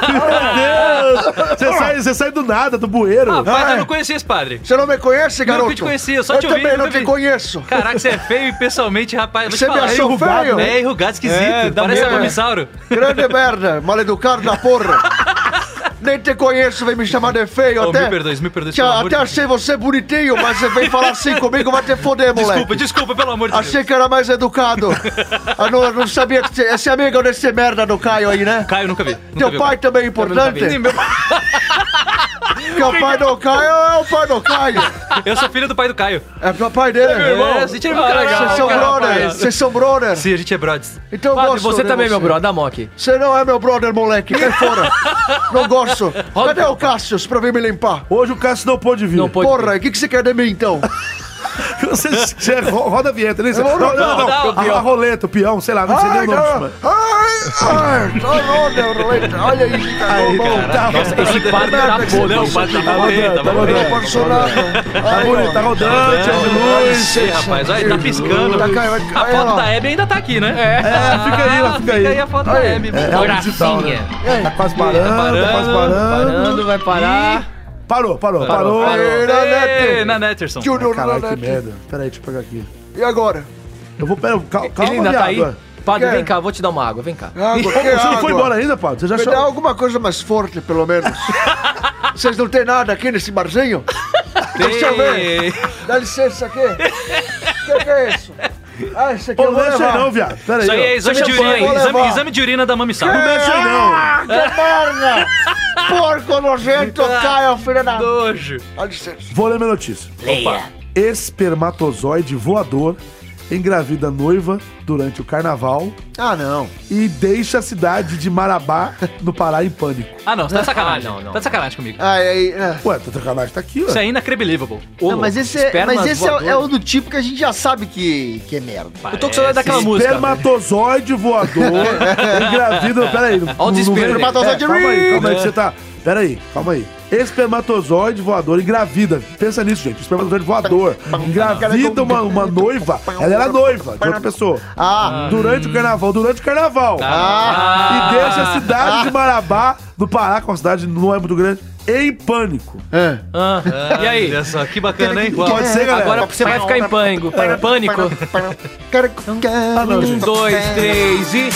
Meu Deus! Você sai, você sai do nada, do bueiro. Rapaz, eu não conhecia esse padre. Você não me conhece, Nunca garoto? te conheci, eu só eu te ouvi, também não nunca te vi. conheço. Caraca, você é feio e pessoalmente, rapaz. Vou Você te me falar. achou enrugado, feio? É enrugado, esquisito. É, dá Parece mesmo. Abamissauro. Grande merda, maleducado da porra. Nem te conheço, vem me chamar de feio Oh, até. mil perdões, mil perdões, Tchau, pelo amor até de achei você bonitinho, mas você vem falar assim comigo, vai te foder, moleque. Desculpa, desculpa, pelo amor de Deus. Achei que era mais educado. Eu não, eu não sabia que você, esse amigo desse merda do Caio aí, né? Caio, nunca vi. Nunca Teu vi, pai também é importante? Nem meu pai. Porque o pai do Caio é o pai do Caio. Eu sou filho do pai do Caio. É o pai dele. É, a gente é irmão, Ah, cara. legal. Vocês são cara, brothers. rapaz. Vocês são brothers. Sim, a gente é brothers. Então eu Padre, gosto você de também, você. meu brother, dá moque. Você não é meu brother, moleque. Cai fora. Não gosto. Cadê o Cassius pra vir me limpar? Hoje o Cássio não pôde vir. Não pôde. Porra, o que, que você quer de mim, então? Você, você ro- roda a vinheta, né? Não, vou não, rodar, não, não. rodar, A, a roleta, o peão, sei lá, não sei nem o nome. não. Mas... Ai, ai, olha, olha aí, cara. Aí, tá, Nossa, esse padre tá podre. Não, o padre tá tá morrendo, rodando, tá tá morrendo. rodando. Apaixonado. Tá bonito, tá rodando, tchau de luz. Sim, rapaz, olha, tá piscando. Tá caindo, vai A cair, foto ó. da Hebe ainda tá aqui, né? É, fica aí, ó, fica aí. Fica aí a foto da Hebe. É, é o digital, né? Tá quase parando, tá quase parando. Parando, vai parar. Parou, parou, Parou, parou. parou. Ei, Ê, Nanete. na Netterson. Junior Caralho, que Nanete. merda. Pera aí, deixa eu pegar aqui. E agora? Eu vou, pera, calma, calma, Ele ainda tá aí? viado. Padre, Quer? vem cá, vou te dar uma água, vem cá. Água, Ô, que você não água? foi embora ainda, Padre? Você já Me achou? dá alguma coisa mais forte, pelo menos. Vocês não tem nada aqui nesse barzinho? Deixa eu ver. Dá licença aqui. O que, que é isso? Ah, isso aqui Ô, eu não vou mexe aí levar. não, viado. Pera aí. Isso aí é ó. exame de Champanhe, urina. vou Exame, levar. exame de urina da Mamissauro. Não mexe aí não. Ah, que merda! Porco nojento, Caio, filha da... Nojo. Dá licença. Vou ler minha notícia. Leia. Espermatozoide voador engravida noiva durante o carnaval Ah, não. e deixa a cidade de Marabá, no Pará, em pânico. Ah, não, você tá de sacanagem. Ah, não, não. Tá de sacanagem comigo. Ah, é, é. Ué, tá sacanagem, tá aqui, ué. Isso é inacreditável. Não, mas esse, é, espermas mas esse é, voador. é o do tipo que a gente já sabe que, que é merda. Eu tô com saudade daquela música. Espermatozoide voador engravida... Pera aí. Não, Olha o desespero dele. É, calma aí, calma aí que você tá... Pera aí, calma aí. Espermatozoide voador engravida. Pensa nisso, gente. Espermatozoide voador. Engravida uma, uma noiva. Ela era noiva de outra pessoa. Ah, Durante o carnaval. Durante o carnaval. ah, E deixa a cidade de Marabá, do Pará, com a cidade não é muito grande, em pânico. é. Ah, e aí? Olha só, que bacana, hein? Pode ser, galera? Agora você vai ficar em pânico. Pânico. Ah, não, Um, gente. dois, três e...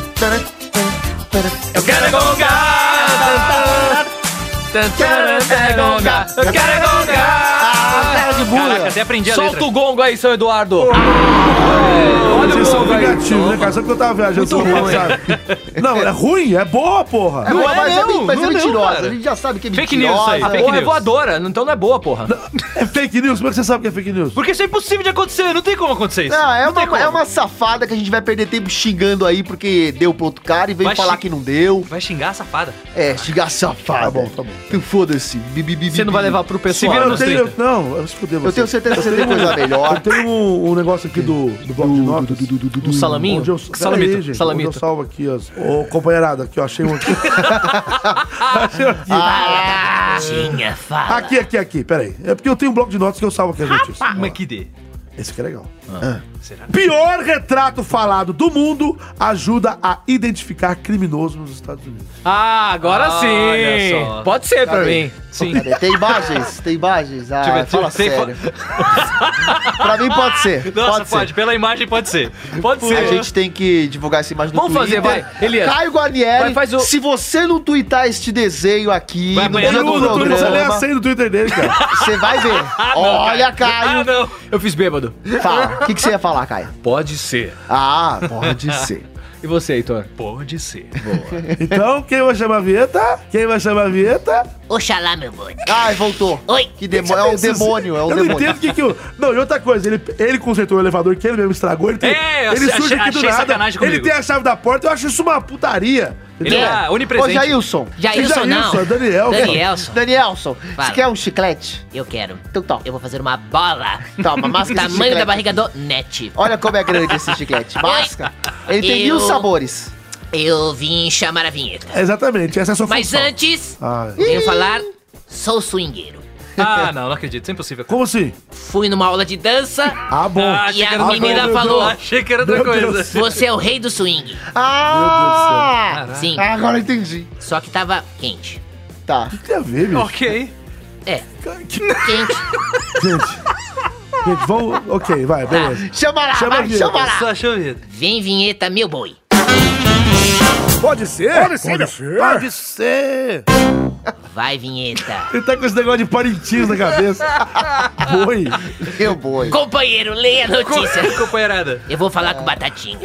Eu quero gongar! Eu quero gongar! Eu quero gongar! Cara de Caraca, bula. até aprendi a Solta letra. o gongo aí, seu Eduardo! Olha Vocês o são gongo aí! vingativos, né, cara? Sabe que eu tava viajando semana passada? Não, é ruim, é boa, porra. É, Não mas, é mas é, não, men- mas é não é não, mentirosa. cara. A gente já sabe que é Fake mentirosa. news isso aí, A fake porra é news. voadora, então não é boa, porra. É fake news? Como é que você sabe que é fake news? Porque isso é impossível de acontecer, não tem como acontecer isso. Não, é, tem uma, como. é uma safada que a gente vai perder tempo xingando aí porque deu pro outro cara e veio Vai falar xing- que não deu. Vai xingar a safada. É, xingar safada. Tá bom, tá bom. Então foda-se. Bi, bi, bi, Você não bi, vai bi. levar pro Se pessoal. vira Eu nos não tenho... trinta. Não, se eu devo. Eu tenho certeza que você tem tenho- coisa melhor. Eu tenho um, um negócio aqui do, do bloco de notas. Do, do, do salaminho? Onde eu, Salamito, Pera aí, gente, salamito. onde eu salvo aqui, ó. Ô, companheirada, aqui, ó. Achei um aqui. achei um aqui. Ah, Tinha, fala. Aqui, aqui, aqui. Pera aí. É porque eu tenho um bloco de notas que eu salvo aqui as notícias. Mas que dê. Esse aqui é legal. Será? Pior retrato falado do mundo ajuda a identificar criminoso nos Estados Unidos. Ah, agora Olha sim. só. Pode ser pra Cadê? mim. Sim. Cadê? Tem imagens? Tem imagens? Ah, Deixa eu ver, fala tem- tem sério. pra mim pode ser. Nossa, pode, pode, ser. Pela imagem pode ser. Pode A ser. gente tem que divulgar essa imagem no Vamos fazer, Twitter. vai, Elias. Caio Guarnieri, Vai, faz o- se você não twittar este desenho aqui Vai no apanhar dia no do Eu não precisa nem a programa, senha do Twitter dele, cara. você vai ver. Olha, Ah, Caio. não. Eu fiz bêbado. Fala. O que, que você ia falar, Caio? Pode ser. Ah, pode ser. E você, Heitor? Pode ser. Então, quem vai chamar a vinheta? Quem vai chamar a vinheta? Oxalá, meu boi. Ai, voltou. Oi. Que demo... É um demônio, é um eu não demônio. entendo o que que o... Não, e outra coisa, ele, ele consertou o elevador que ele mesmo estragou, ele, tem... É, eu ele achei- surge aqui do achei nada, sacanagem ele comigo. tem a chave da porta, eu acho isso uma putaria. Ele é Ô, onipresente. Jailson. Jailson, não. Jailson, Daniel, cara. Danielson. Danielson, Fala. você quer um chiclete? Eu quero. Então toma. Eu vou fazer uma bola. Toma, masca esse Tamanho chiclete. da barriga do Net. Olha como é grande esse chiclete. Masca. Ele tem Eu- mil sabores. Eu vim chamar a vinheta. Exatamente, essa é a sua Mas função. antes, Ah, venho falar, sou swingueiro. Ah, não, não acredito. Isso é impossível. como assim? Fui numa aula de dança Ah, bom. Ah, e achei que a era outra menina coisa. falou, Achei que era outra Meu coisa. Deus. você é o rei do swing. Ah! Sim, Agora eu entendi. só que tava quente. Tá. O que tem a ver, bicho? Ok. É, Que- quente. Gente, gente, vamos... Ok, vai, beleza. Chama lá, Chama vai, aqui. chama lá. Só chovido. Vem vinheta, meu boi. Pode ser? Pode ser. Pode ser. Pode ser. Vai vinheta. Ele tá com esse negócio de parentinhos na cabeça. Boi. Meu boi. Companheiro, leia a notícia. Companheirada. Eu vou falar com Batatinha.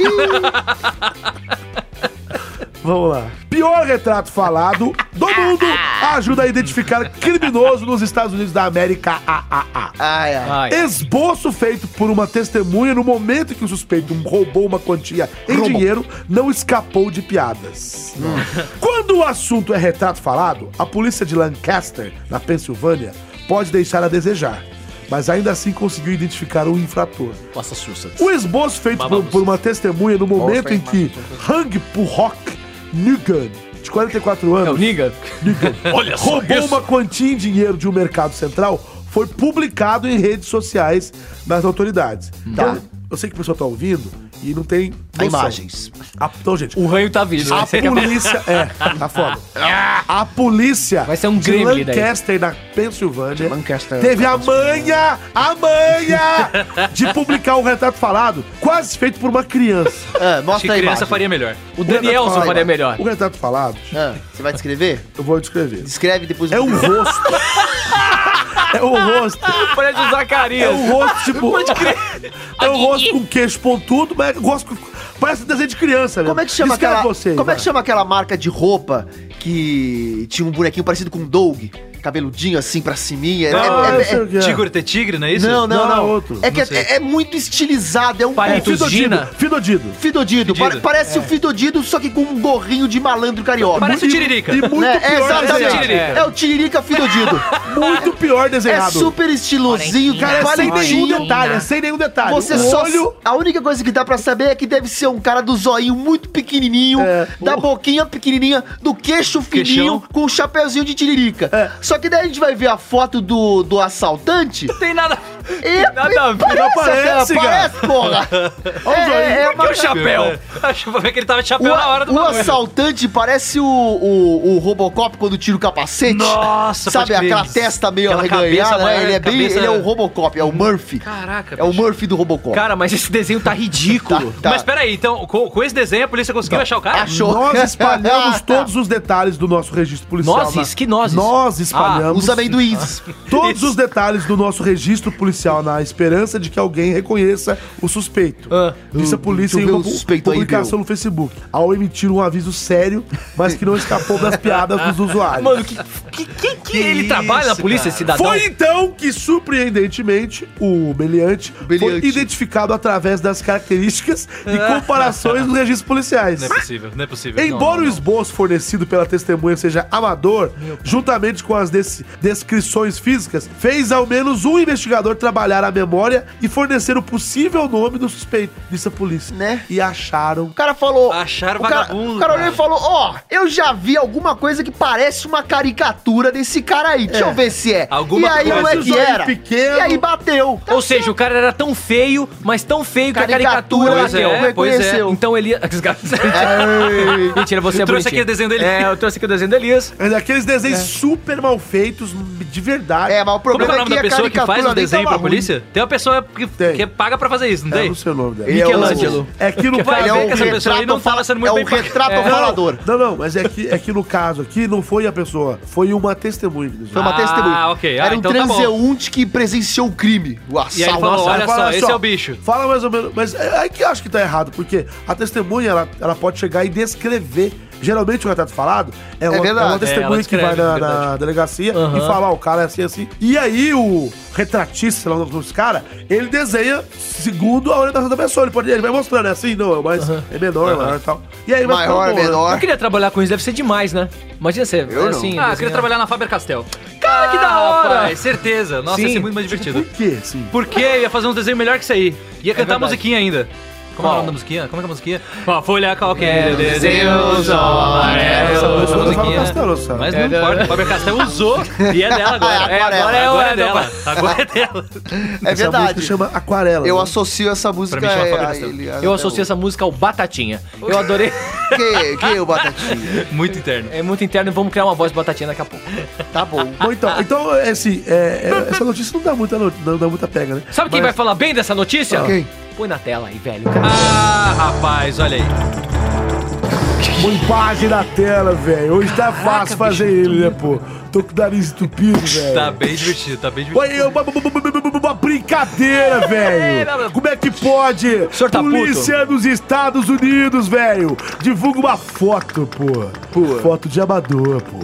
Vamos lá. Pior retrato falado do mundo ajuda a identificar criminoso nos Estados Unidos da América. Ah, ah, ah. Ai, ai. Ai. Esboço feito por uma testemunha no momento em que o suspeito roubou uma quantia em dinheiro não escapou de piadas. Quando o assunto é retrato falado, a polícia de Lancaster, na Pensilvânia, pode deixar a desejar, mas ainda assim conseguiu identificar o infrator. Nossa, sussa. O esboço feito por, por uma testemunha no momento em que Hang Purrock Nugan, de quarenta e quatro É o anos, Niga? Olha só roubou isso. uma quantia em dinheiro de um mercado central, foi publicado em redes sociais das autoridades. Então, eu sei que o pessoal tá ouvindo e não tem Há noção. imagens. A- então, gente, O ranho tá vindo. a né? Você quer- polícia... É, tá foda. A polícia Vai ser um de gremlin daí. Lancaster, na Pensilvânia, Lancaster. teve a manha, a manha de publicar um retrato falado, quase feito por uma criança. Ah, Acho que mostra a criança imagem. faria melhor. O Danielson Retrato faria falado. melhor. O retrato falado, Ah, você vai descrever? eu vou descrever. Descreve depois. É um rosto. É um rosto. Parece o É Zacarias. um rosto, tipo. É um rosto com queixo pontudo, mas rosto com- parece um desenho de criança, né? Como é que chama Descreve aquela? você, como é que vai. chama aquela marca de roupa que tinha um bonequinho parecido com um Doug, cabeludinho assim pra ciminha? É- Ah, é- eu é- sei o que é. Tigre ter tigre, não é isso? Não, não, Não, não. é outro. É que Não é, sei. é muito estilizado, é um É, Palitos fidodido. Gina. Fidodido. fidodido. Fedido. Pa- parece o fidodido, só que com um gorrinho de malandro carioca. Parece o Tiririca. E muito Né? É, pior exatamente. desenhado. Tiririca. É o Tiririca fidodido. Muito pior É desenhado. super estilosinho, Cara, Cara, é sem qualitinho. nenhum detalhe, é sem nenhum detalhe. Você o só. olho... A única coisa que dá pra saber é que deve ser um cara do zoinho muito pequenininho, É. da boquinha pequenininha, do queixo fininho, Queixão. com um chapeuzinho de tiririca. É. Só que daí a gente vai ver a foto do, do assaltante. Tem nada. E Nada a ver. parece, Não parece, até- cara. parece, porra. Olha o zoinho. é, é uma- Que o chapéu. Acho que ele tava de O, chapéu na hora do o bagulho. assaltante parece o, o, o Robocop quando tira o capacete. Nossa, Sabe pode crer. aquela testa meio Aquela cabeça arreganhada, né? maior, Ele é bem. cabeça- Ele é o Robocop, é o Murphy. Caraca, É o bicho. Murphy do Robocop. Cara, mas esse desenho tá ridículo. Tá. Mas peraí, então, com, com esse desenho a polícia conseguiu achar o cara? Achou. Nós espalhamos todos os detalhes do nosso registro policial. Nozes? na- Que nozes? Nós espalhamos Os amendoins. todos os detalhes do nosso registro policial policial na esperança de que alguém reconheça o suspeito. Ah. Disse a polícia Tu em vê uma o pu- suspeito aí, publicação meu? no Facebook, ao emitir um aviso sério, mas que não escapou das piadas dos usuários. Mano, que, que, que, que ele trabalha na polícia, esse cidadão? Foi então que, surpreendentemente, o meliante foi Meliante. identificado através das características e comparações dos registros policiais. Não é possível, não é possível. Embora o esboço fornecido pela testemunha seja amador, juntamente com as des- descrições físicas, fez ao menos um investigador trabalhar a memória e fornecer o possível nome do suspeito, disse a polícia. Né? E acharam. O cara falou... Acharam o cara, vagabundo, O cara olhou cara. e falou, ó, eu já vi alguma coisa que parece uma caricatura desse cara aí. Deixa É. eu ver se é. Alguma e aí, coisa. como é que Zóio era? pequeno. E aí bateu. Ou seja, o cara era tão feio, mas tão feio que a caricatura Caricatura, bateu. é, pois é. reconheceu. Então ele... Mentira, você é Trouxe bonitinho. aqui o desenho dele. É, eu trouxe aqui o desenho do Elias. É daqueles desenhos super mal feitos, de verdade. É, mas o Como é problema o é nome que da a pessoa que faz caricatura o nem desenho tava pra polícia? Tem uma pessoa que, Tem. que paga pra fazer isso, não Eu tem? não sei o nome dela. Ele é o- Michelangelo. É que no Que caso. vai Ele é ver o que essa pessoa aí retrato, não tava sendo muito é bem o pa- retrato É. falador. Não, não, mas é que, é que no caso aqui não foi a pessoa, foi uma testemunha. que Foi uma Ah, testemunha. ok. Ah, Era um então tá bom. transeunte que presenciou o crime. O assalto. E aí ele falou, Nossa, olha fala só, esse é o bicho. Fala mais ou menos, mas é aí que eu acho que tá errado, porque a testemunha, ela, ela pode chegar e descrever. Geralmente o retrato falado é uma, é verdade. uma É, testemunha ela que vai descreve, na, verdade. na delegacia Aham. e fala, ó, o cara é assim, assim. E aí o retratista, sei lá, dos caras, ele desenha segundo a orientação da pessoa. Ele pode, ele vai mostrando, é assim, não, mas é menor, maior e tal. E aí vai Maior, ficando bom, né? menor. Eu queria trabalhar com isso, deve ser demais, né? Imagina você, Eu não. assim... Ah, eu queria desenhar. trabalhar na Faber-Castell. Cara, que da hora! Rapaz, certeza. Nossa, Sim. ia ser muito mais divertido. Por quê, assim? Porque ia fazer um desenho melhor que isso aí. Ia cantar verdade. musiquinha ainda. Como é o Qual? nome da musiquinha? Como é que é a musiquinha? Ó, folha qualquer. É, desenhos Essa amarelos. música do musiquinha. Fábio Castelo, sabe? Mas É, não não. importa. Faber Castell usou e é dela agora. É, É, agora é, agora é é dela. Agora é dela. É Essa verdade. música chama Aquarela. Eu né? associo essa música Pra mim chama a- Fábio a Castelo. ele. Eu associo essa música ao Batatinha. Eu adorei. Que, que o Batatinha? Muito interno. É muito interno e vamos criar uma voz Batatinha daqui a pouco. Tá bom. Bom, então, então é assim, é, é, essa notícia não dá muita, no- não dá muita pega, né? Sabe quem Mas- vai falar bem dessa notícia? Quem? Põe na tela aí, velho. Cara. Ah, rapaz, olha aí. Põe imagem na tela, velho. Hoje tá fácil fazer ele, né, pô? Tô com o nariz entupido, velho. Tá bem divertido, tá bem divertido. Olha aí, uma, uma- uma- uma brincadeira, velho. Como é que pode? senhor tá Polícia dos Estados Unidos, velho. Divulga uma foto, pô. Pô. Foto de amador, pô.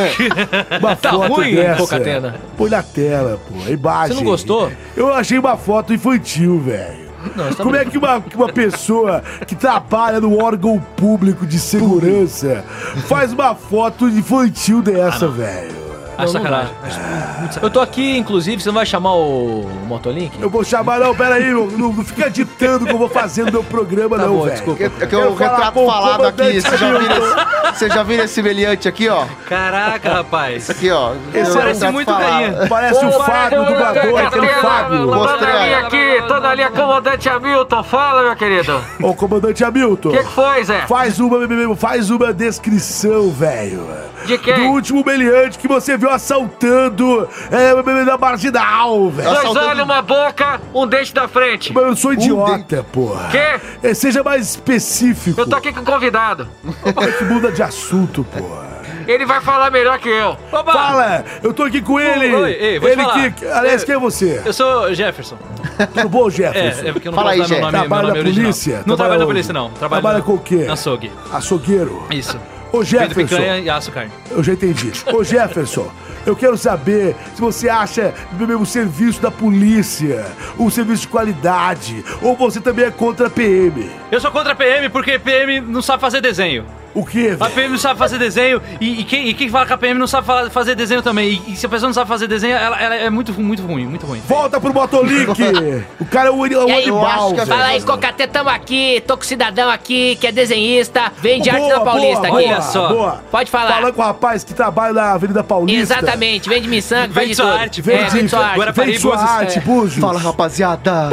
Uma Tá foto ruim, dessa. pô, Catena? Põe na tela, pô. A imagem. Você não gostou? Eu achei uma foto infantil, velho. Não, você tá Como é que uma, que uma pessoa que trabalha no órgão público de segurança faz uma foto infantil dessa, velho? Ah, sacanagem. Eu tô aqui, inclusive, você não vai chamar o Motolink? Eu vou chamar, não, peraí, não, não, não fica ditando o que eu vou fazer no meu programa, Tá não, bom, velho. desculpa. É que Quero o falar retrato com o falado aqui, comandante você já, viu Hamilton. esse, você já viu esse meliante aqui, ó? Caraca, rapaz. Aqui, ó. Esse O parece retrato muito falado. carinha. Parece o Fábio, o dublador, aquele Fábio. Mostrei aí. aqui, tô na linha comandante Hamilton. Fala, meu querido. Ô, comandante Hamilton, O que, que foi, Zé? faz uma, faz uma descrição, velho. De quem? Do último meliante que você viu assaltando é, na Marginal, velho. Dois Assaltando- olhos, uma boca, um dente da frente. Mas eu sou idiota, porra. Quê? É, seja mais específico. Eu tô aqui com o convidado. Como é que muda de assunto, porra? Ele vai falar melhor que eu. Opa! Fala, eu tô aqui com ele. Oi, ei, vou te ele falar. que, aliás, quem é você? Eu sou Jefferson. Tudo bom, É, Jefferson? é porque eu não Fala posso aí, dar meu Jé. nome, meu Trabalha nome na original. polícia? Não trabalho na onde? polícia, não. Trabalho Trabalha na- com o quê? Na açougue. Açougueiro. Isso. Ô, Feito Jefferson, picanha e aço carne. eu já entendi. Ô, Jefferson, eu quero saber se você acha o serviço da polícia um serviço de qualidade ou você também é contra a P M. Eu sou contra a P M porque P M não sabe fazer desenho. O quê, A velho? P M não sabe fazer desenho e, e quem, e quem fala que a P M não sabe fa- fazer desenho também. E, e se a pessoa não sabe fazer desenho, ela, ela é muito, muito ruim, muito ruim. Volta pro Motolink. O cara é um, é um E aí, animal, acho que a- velho. Fala aí, Cocatê, tamo aqui. Tô com o cidadão aqui que é desenhista, vende arte Boa, na Paulista boa, aqui. Olha só. boa. Pode falar. Falando com o rapaz que trabalha na Avenida Paulista. Exatamente, vende miçanga, faz Vende de sua tudo. arte, é, Vende, vende sua arte. Guarapari, vende sua Búzios. arte, É. Búzios. Fala, rapaziada.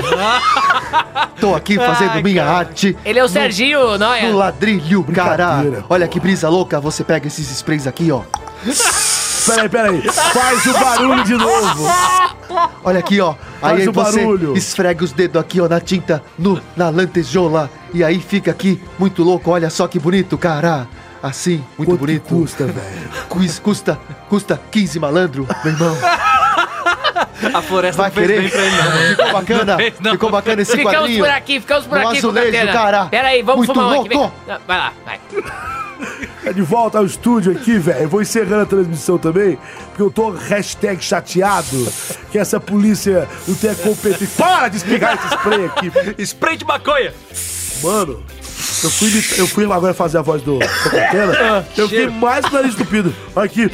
Tô aqui fazendo Ai, minha cara. arte. Ele é o Serginho Noia. No ladrilho, cara. Brincadeira, Olha pô. que brisa louca. Você pega esses sprays aqui, ó. Peraí, peraí. Faz o barulho de novo. Olha aqui, ó. Faz Aí o você barulho. esfrega os dedos aqui, ó, na tinta, no, na lantejola. E aí fica aqui, muito louco. Olha só que bonito, cara. Assim, muito Quanto que bonito. custa, velho? Cuis- Custa, custa quinze malandro, meu irmão. A floresta Vai não fez querer? bem pra ele, não. Ficou bacana? Não fez, não. Ficou bacana esse Ficamos quadrinho? por aqui, ficamos por No aqui. azulejo, bacana. cara. Pera aí, vamos Muito fumar um aqui. Vem. louco. Não, vai lá, vai. É de volta ao estúdio aqui, velho. Eu vou encerrando a transmissão também, porque eu tô hashtag chateado que essa polícia não tenha competência. Para de espirrar esse spray aqui. Spray de maconha. Mano, eu fui, eu fui agora fazer a voz do Coqueira. Eu fiquei mais com o nariz estupido. Olha aqui.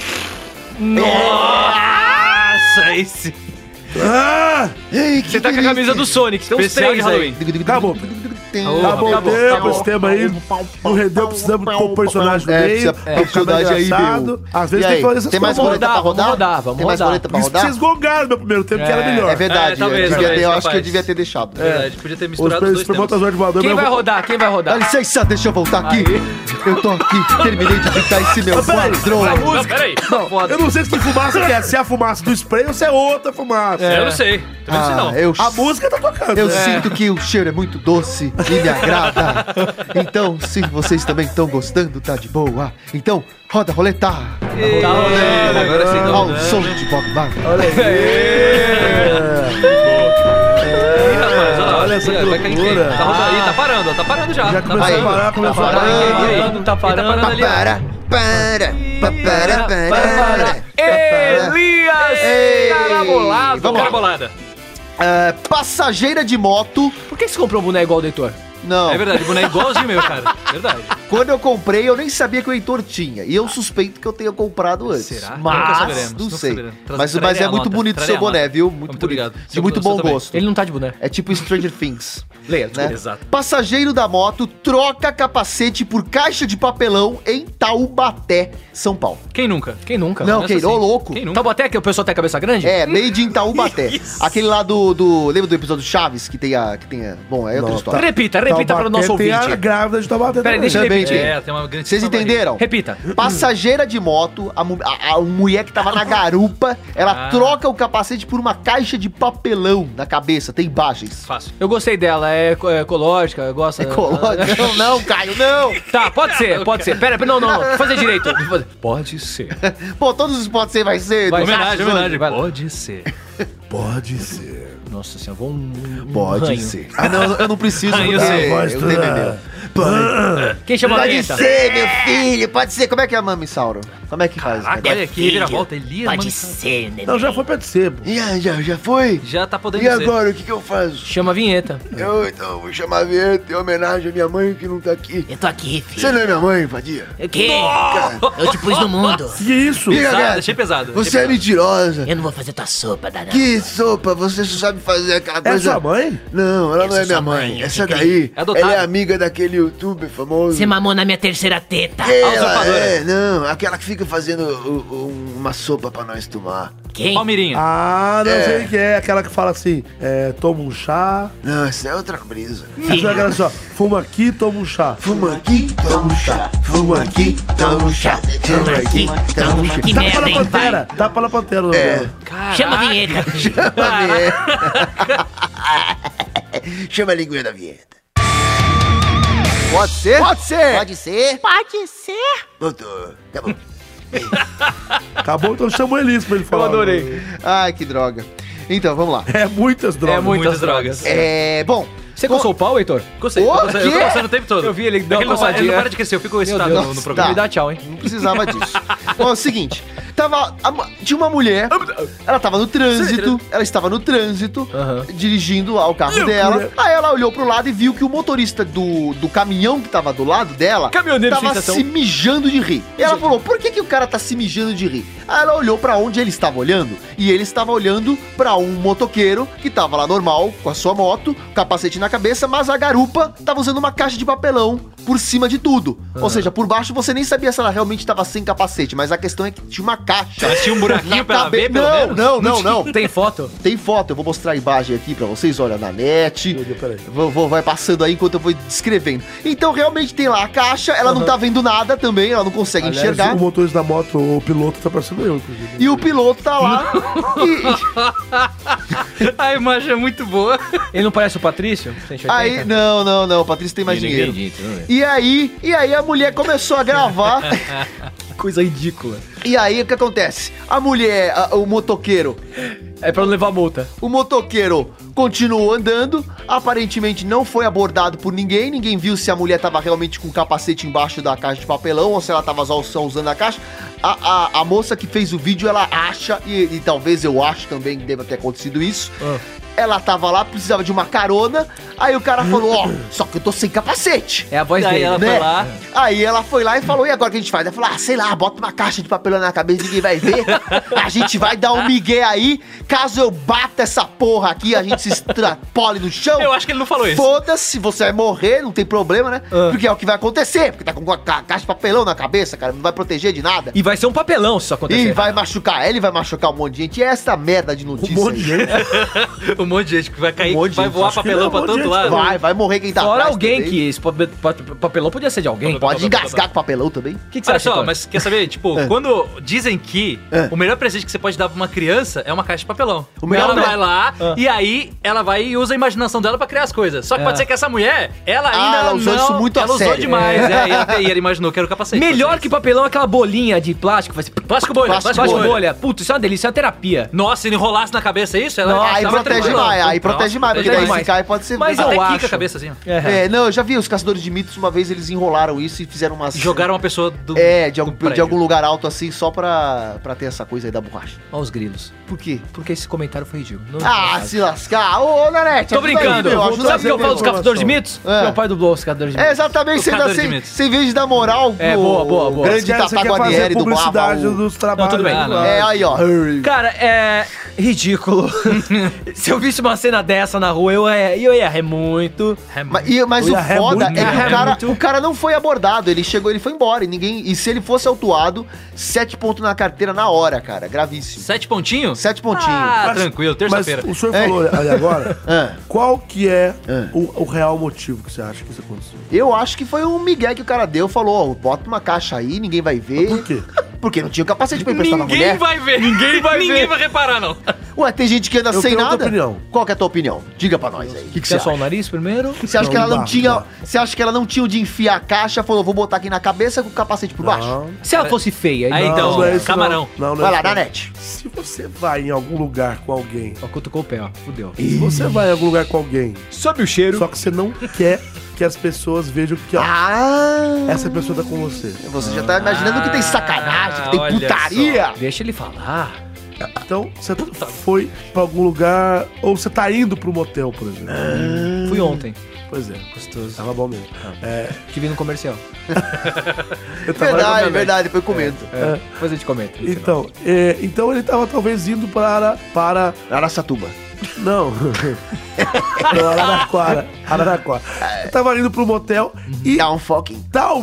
Nossa, esse... Ah! Ei, que Você tá com a camisa do Sonic, tem uns Especial de três aí. Halloween. Acabou. Acabou o acabou, tempo, acabou. esse tema aí. Não rendeu, precisamos pôr o personagem no É, meio. precisa- é, dificuldade aí, meu. Às vezes E tem aí, que fazer essas tem mais coisas. boleta pra Vamos rodar? rodar, vamos Tem mais rodar. boleta pra Por isso que rodar? vocês gongaram no meu primeiro tempo, que era melhor. É verdade, É, talvez, eu, devia talvez, ter- eu acho que eu capaz. devia ter deixado. Verdade, podia ter Os misturado os dois temas. permutadores de voador. Quem mas vai eu vou- rodar? Quem vai Dá rodar? licença, deixa eu voltar aqui. Eu tô aqui, terminei de pintar esse meu peraí. quadro. Não, peraí. Não, eu não sei se que fumaça que é. Se é a fumaça do spray ou se é outra fumaça. Eu não sei. Também não sei, Ah, não. eu, A música tá tocando. eu É. sinto que o cheiro é muito doce e me agrada. Então, se vocês também estão gostando, tá de boa. Então, roda a roleta. Tá rolando. Agora sim, tá Ao rolando. som de Bob Marley. Ih, rapaz, olha lá. Olha essa Ih, vai cair loucura. quem? Tá rodando aí, tá parando, ó, tá parando já. Já Tá começou Aí, a parar, começou a tá parar. parando. Aí. Parando, tá Ele tá parando. parando ali. Para, para, para, para, para. Elias Ei, Carabolado. vamos lá. Carabolada. É, passageira de moto. Por que você comprou um boné igual do Heitor? Não, É verdade, o boneco é igualzinho meu, cara. Verdade. quando eu comprei, eu nem sabia que o Heitor tinha. E eu suspeito que eu tenha comprado antes. Será? Nunca Mas, saberemos, não nunca sei. saberemos. Tra- Mas, trarei mas é a muito nota, bonito o trarei seu a boné, nota. viu? Muito, Muito bonito. obrigado. De Seu- muito seu bom também. gosto. Ele não tá de boné. É tipo Stranger Things. Leia, Né? Exato. Passageiro da moto troca capacete por caixa de papelão em Taubaté, São Paulo. Quem nunca? Quem nunca? Não, Nessa quem? sim. Ô, louco. Quem nunca? Taubaté, que o pessoal tem a cabeça grande? É, made in Taubaté. Aquele lá do, do... Lembra do episódio Chaves? Que tem a... Que tem a bom, é outra Não, história. Repita, repita para o nosso Taubaté tem ouvinte. a grávida de Taubaté Peraí, também. deixa ele Também repetir. tem. É, tem uma grande Vocês entenderam? Repita. Passageira de moto, a, mu- a- a mulher que tava na garupa, ela Ah. troca o capacete por uma caixa de papelão na cabeça. Tem imagens. Fácil. Eu gostei dela, é eco- é ecológica, gosta... Ecológico. Não, não, Caio, não. Tá, pode ser, pode ser. Pera, pera, não, não, não. Fazer direito. Pode ser. Pô, todos os pode ser, vai ser. Vai, do Homenagem, Cassius homenagem. vai lá. Pode ser. Pode ser. Nossa senhora, vou um, um Pode ranho. ser. Ah, não, eu não preciso, Ah, eu porque sei. Voz eu toda- tenho meu. Quem chama a Pode vinheta? ser, meu filho, pode ser. Como é que é a Mami Sauro? Como é que faz? Caraca, Cadê? olha aqui, reviravolta. Elias, Pode mano. ser, neném. Não, já foi pra ser, pô. Já, já, já foi? Já tá podendo E dizer. agora, o que que eu faço? Chama a vinheta. Eu, então, vou chamar a vinheta em homenagem à minha mãe que não tá aqui. Eu tô aqui, filho. Você não é minha mãe, Vadia? O quê? Eu te pus no mundo. Que isso? Fica Pesado, quieto. achei pesado. Você é achei mentirosa. Eu não vou fazer tua sopa, danado. Que sopa, você só sabe fazer aquela É coisa... sua mãe? Não, ela Eu não é sou minha sua mãe. mãe, eu Essa te daí, É adotada. ela é amiga daquele youtuber famoso. Você mamou na minha terceira teta. Ela usurpadora. é, não, aquela que fica fazendo o- o- uma sopa pra nós tomar. Quem? Palmeirinha. Ah, não É. sei o que é. Aquela que fala assim, é, toma um chá. Não, essa é outra brisa. Essa é aquela assim, ó, fuma aqui, toma um chá. Fuma aqui, toma um chá. Fuma aqui, toma um chá. Fuma aqui, toma um chá. Que Tapa merda, na hein, pantera. Tapa na pantera. o nome É. dela. Chama a vinheta. Chama a linguinha da vinheta. Pode ser? Pode ser. Pode ser? Pode ser. Voltou. Tá bom. Acabou, então chama o Elis pra ele falar. Ai, que droga. Então, vamos lá. É muitas drogas. É muitas Muitas drogas. drogas. É, bom, Você coçou o pau, Heitor? Gostei. Ô, tô gostando, eu tô quê? gostando o tempo todo. Eu vi ele dar uma Ele não, para- ele coçadinha. não para de crescer, eu fico excitado Deus. no, no Tá. programa. Me dá tchau, hein? não precisava disso. Bom, é o seguinte, tava, a mu- tinha uma mulher, ela tava no trânsito, ela estava no trânsito, Aham. dirigindo lá o carro dela. Aí ela olhou pro lado e viu que o motorista do, do caminhão que tava do lado dela Caminhoneiro tava sem estação. se mijando de rir. E ela falou, por que, que o cara tá se mijando de rir? Aí ela olhou pra onde ele estava olhando, e ele estava olhando pra um motoqueiro que tava lá normal, com a sua moto, capacete na cabeça, mas a garupa tava usando uma caixa de papelão por cima de tudo. Ou seja, por baixo você nem sabia se ela realmente estava sem capacete, mas a questão é que tinha uma caixa. Mas tinha um buraquinho na pra ela cabe- ver, pelo não, menos? não, não, não. Tem foto? Tem foto, eu vou mostrar a imagem aqui pra vocês, olha, na net. Peraí. Vou, vou- vai passando aí enquanto eu vou descrevendo. Então, realmente tem lá a caixa, ela não tá vendo nada também, ela não consegue Aliás, enxergar. o motorista da moto, o piloto, tá parecendo eu, inclusive. E o piloto tá lá. e, A imagem é muito boa. Ele não parece o Patrício? cento e oitenta? aí, não, não, não, o Patrício tem mais dinheiro. E aí, e aí a mulher começou a gravar. Coisa ridícula. E aí, o que acontece? A mulher, a- o motoqueiro, É pra não levar multa. O motoqueiro continuou andando, aparentemente não foi abordado por ninguém, ninguém viu se a mulher tava realmente com o capacete embaixo da caixa de papelão ou se ela tava só só usando a caixa. A, a, a moça que fez o vídeo, ela acha, e, e talvez eu acho também que deva ter acontecido isso, Ah. ela tava lá, precisava de uma carona, aí o cara falou, ó, só que eu tô sem capacete. É a voz Daí dele. ela Né? foi lá. Aí ela foi lá e falou, e agora o que a gente faz? Ela falou, ah, sei lá, bota uma caixa de papelão na cabeça, ninguém vai ver. A gente vai dar um migué aí, caso eu bata essa porra aqui, a gente se extrapole no chão. Eu acho que ele não falou isso. Foda-se, você vai morrer, não tem problema, né? Porque é o que vai acontecer, porque tá com a ca- caixa de papelão na cabeça, cara, não vai proteger de nada. E vai ser um papelão se isso acontecer. E vai machucar ele, vai machucar um monte de gente. E é essa merda de Um notícia monte de aí. gente. Um monte de gente que vai cair, Um monte de vai gente. voar Acho que papelão não, pra um monte todo de gente lado. Vai, vai morrer quem tá Fora atrás alguém também. que esse pape- pape- papelão podia ser de alguém. Pode engasgar com papelão também. O que, que você Olha acha, só, Antônio? mas quer saber, tipo, quando dizem que É. o melhor presente que você pode dar pra uma criança é uma caixa de papelão. O melhor ela não. vai lá Ah. e aí ela vai e usa a imaginação dela pra criar as coisas. Só que É. pode ser que essa mulher, ela Ah, ainda ela não... usou isso muito a ela usou sério. demais, é. e, ela, e ela imaginou que era o capacete. Melhor que papelão é aquela bolinha de plástico. Faz... Plástico bolha, Plástico plástico, Plástico bolha. bolha. Putz, isso é uma delícia, é uma terapia. Nossa, se ele enrolasse na cabeça isso, ela Nossa, Aí tava protege tranquilão. mais, aí Nossa, protege mais, porque protege daí mais. se cai pode ser... Mas Até eu quica acho. a cabeça assim, ó. É, não, eu já vi os caçadores de mitos, uma vez eles enrolaram isso e fizeram umas... Jogaram uma pessoa do É, de do algum, prédio. de algum lugar alto assim, só pra, pra ter essa coisa aí da borracha. Olha os grilos. Por quê? Porque esse comentário foi ridículo. Não- Ah, se lascar. Ô, Nanete, Tô ajuda aí, brincando. meu, Sabe ajuda o aí, que eu meu. falo dos captadores de mitos? É. Meu pai dublou os captadores de É, mitos. exatamente, Os você ainda caçadores de sem, mitos. sem vez de dar moral É, boa, boa, boa. grande Você quer- você Tata quer fazer Guarnieri dublava publicidade o... dos trabalhos. Não, tudo bem. Ah, não. É, aí, ó. Cara, é ridículo. Se eu visse uma cena dessa na rua, eu ia, eu ia rir muito. Mas, e- mas Eu o ia rir foda muito, é que né? o cara, Muito. o cara não foi abordado, ele chegou, ele foi embora. E ninguém. E se ele fosse autuado, sete pontos na carteira na hora, cara. Gravíssimo. Sete pontinhos? Sete pontinhos. Ah, Mas- tranquilo, Mas terça-feira. o senhor É. falou ali agora, Ah. qual que é Ah. o, o real motivo que você acha que isso aconteceu? Eu acho que foi um migué que o cara deu, falou, ó, bota uma caixa aí, ninguém vai ver. Por quê? Porque não tinha o capacete pra emprestar na Ninguém mulher. vai ver. Ninguém vai Ninguém ver. vai reparar, não. Ué, tem gente que anda Eu sem tenho outra nada. opinião. Qual que é a tua opinião? Diga pra nós aí. O que, que Você você é só o acha? nariz primeiro? Você acha Não, que ela não não dá, tinha. não dá. Você acha que ela não tinha o de enfiar a caixa, falou, vou botar aqui na cabeça com o capacete por baixo? Não. Se ela fosse feia, Aí, não. então, não é isso, camarão. Não, não, não Vai é lá, isso, não. Nanete. Se você vai em algum lugar com alguém, Ó, cutucou o pé, ó. Fudeu. se você vai em algum lugar com alguém, Sobe o cheiro. só que você não quer que as pessoas vejam que ó, Ah! essa pessoa tá com você. Você já tá imaginando que tem sacanagem, que tem olha putaria. Deixa ele falar. Então, você foi pra algum lugar, ou você tá indo pro motel, por exemplo. Fui ontem. Pois é. Gostoso. Tava bom mesmo. É, Que vi no comercial. eu tava Verdade, verdade, depois comento. É. Depois a gente comenta. Então, é, então ele tava talvez indo para. para Araçatuba. não. não, Araraquara. Araraquara. Ele tava indo pro motel e Dá um fucking.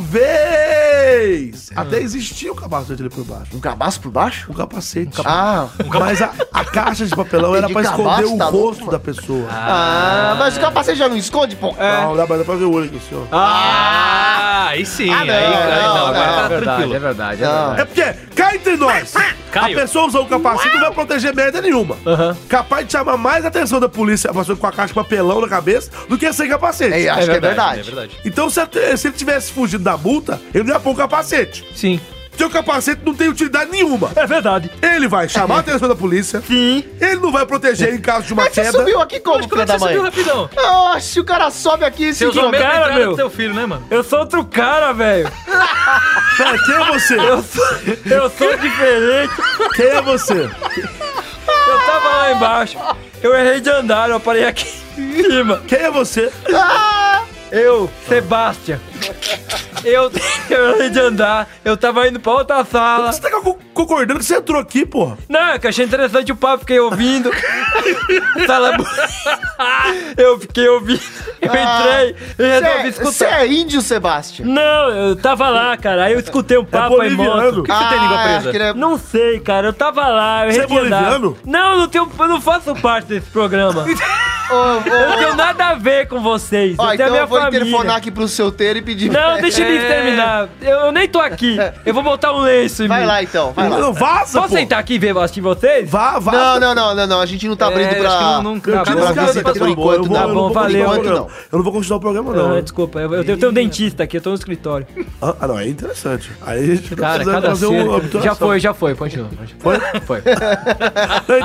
talvez até existia o capacete ali por baixo. Um cabaço por baixo? Um capacete. Ah, Mas a, a caixa de papelão era De pra esconder cabaço, o tá louco, rosto mano? da pessoa. ah, mas o capacete já não esconde, pô. Não, dá pra, dá pra ver o olho aqui, senhor. Ah, aí sim. Ah, aí, não, aí, não, não, agora não. tá É verdade, tranquilo. é verdade, é Não. verdade. É porque, cá entre nós, Caio. a pessoa usar o capacete não vai proteger merda nenhuma. Aham. Capaz de chamar mais a atenção da polícia, a pessoa com a caixa de papelão na cabeça, do que sem capacete. É, acho que é verdade. É verdade. Então, se, se ele tivesse fugido da multa, ele não ia pôr o capacete. Sim. Porque o capacete não tem utilidade nenhuma. É verdade. Ele vai chamar a atenção da polícia. Sim. Ele não vai proteger em caso de uma Mas você queda. subiu aqui como, Mas como filha é que da você mãe? subiu rapidão? Oxe, o cara sobe aqui e Você se usou mesmo a cara, entrada meu. do teu filho, né, mano? Eu sou outro cara, velho. Pera, quem é você? Eu sou, eu sou diferente. Quem é você? Eu tava lá embaixo. Eu errei de andar, eu parei aqui em cima. Quem é você? Eu, Sebastião. Eu, eu errei de andar. Eu tava indo pra outra sala. Você tá co- concordando que você entrou aqui, porra? Não, é que eu achei interessante o papo, fiquei ouvindo. Sala bu- Eu fiquei ouvindo. Eu entrei e resolvi Você escutar. é índio, Sebastião? Não, eu tava lá, cara. Aí eu escutei um papo aí, boliviano. moto. que você tem língua presa? acho que ele é- Não sei, cara. Eu tava lá. Eu Você é errei de andar. boliviano? Não, eu não, tenho, eu não faço parte desse programa. Ô, ô, Eu não tenho nada a ver com vocês. Ó, eu tenho então a minha eu vou família. telefonar aqui pro seu ter e pedir... Não, deixa ele terminar. Eu, eu nem tô aqui. Eu vou botar um lenço em Vai mim. lá então, vai lá. Não, vaza, Posso pô. sentar aqui e ver assistir vocês? Vá, vá. Não, não, não, não, não, a gente não tá abrindo É, pra... acho que não- não- Eu Tá tiro bom, os caras visita daqui, por eu vou- eu enquanto, vou- não. eu não vou Tá bom, continuar o valeu. programa. Eu não vou continuar o programa, não. Ah, desculpa, eu, eu, tenho- eu tenho um dentista aqui, eu tô no escritório. Ah, ah, não, é interessante. Aí a gente Cara, precisa cada fazer cena... uma obturação. Já foi, já foi, continua. Foi? Foi. Então,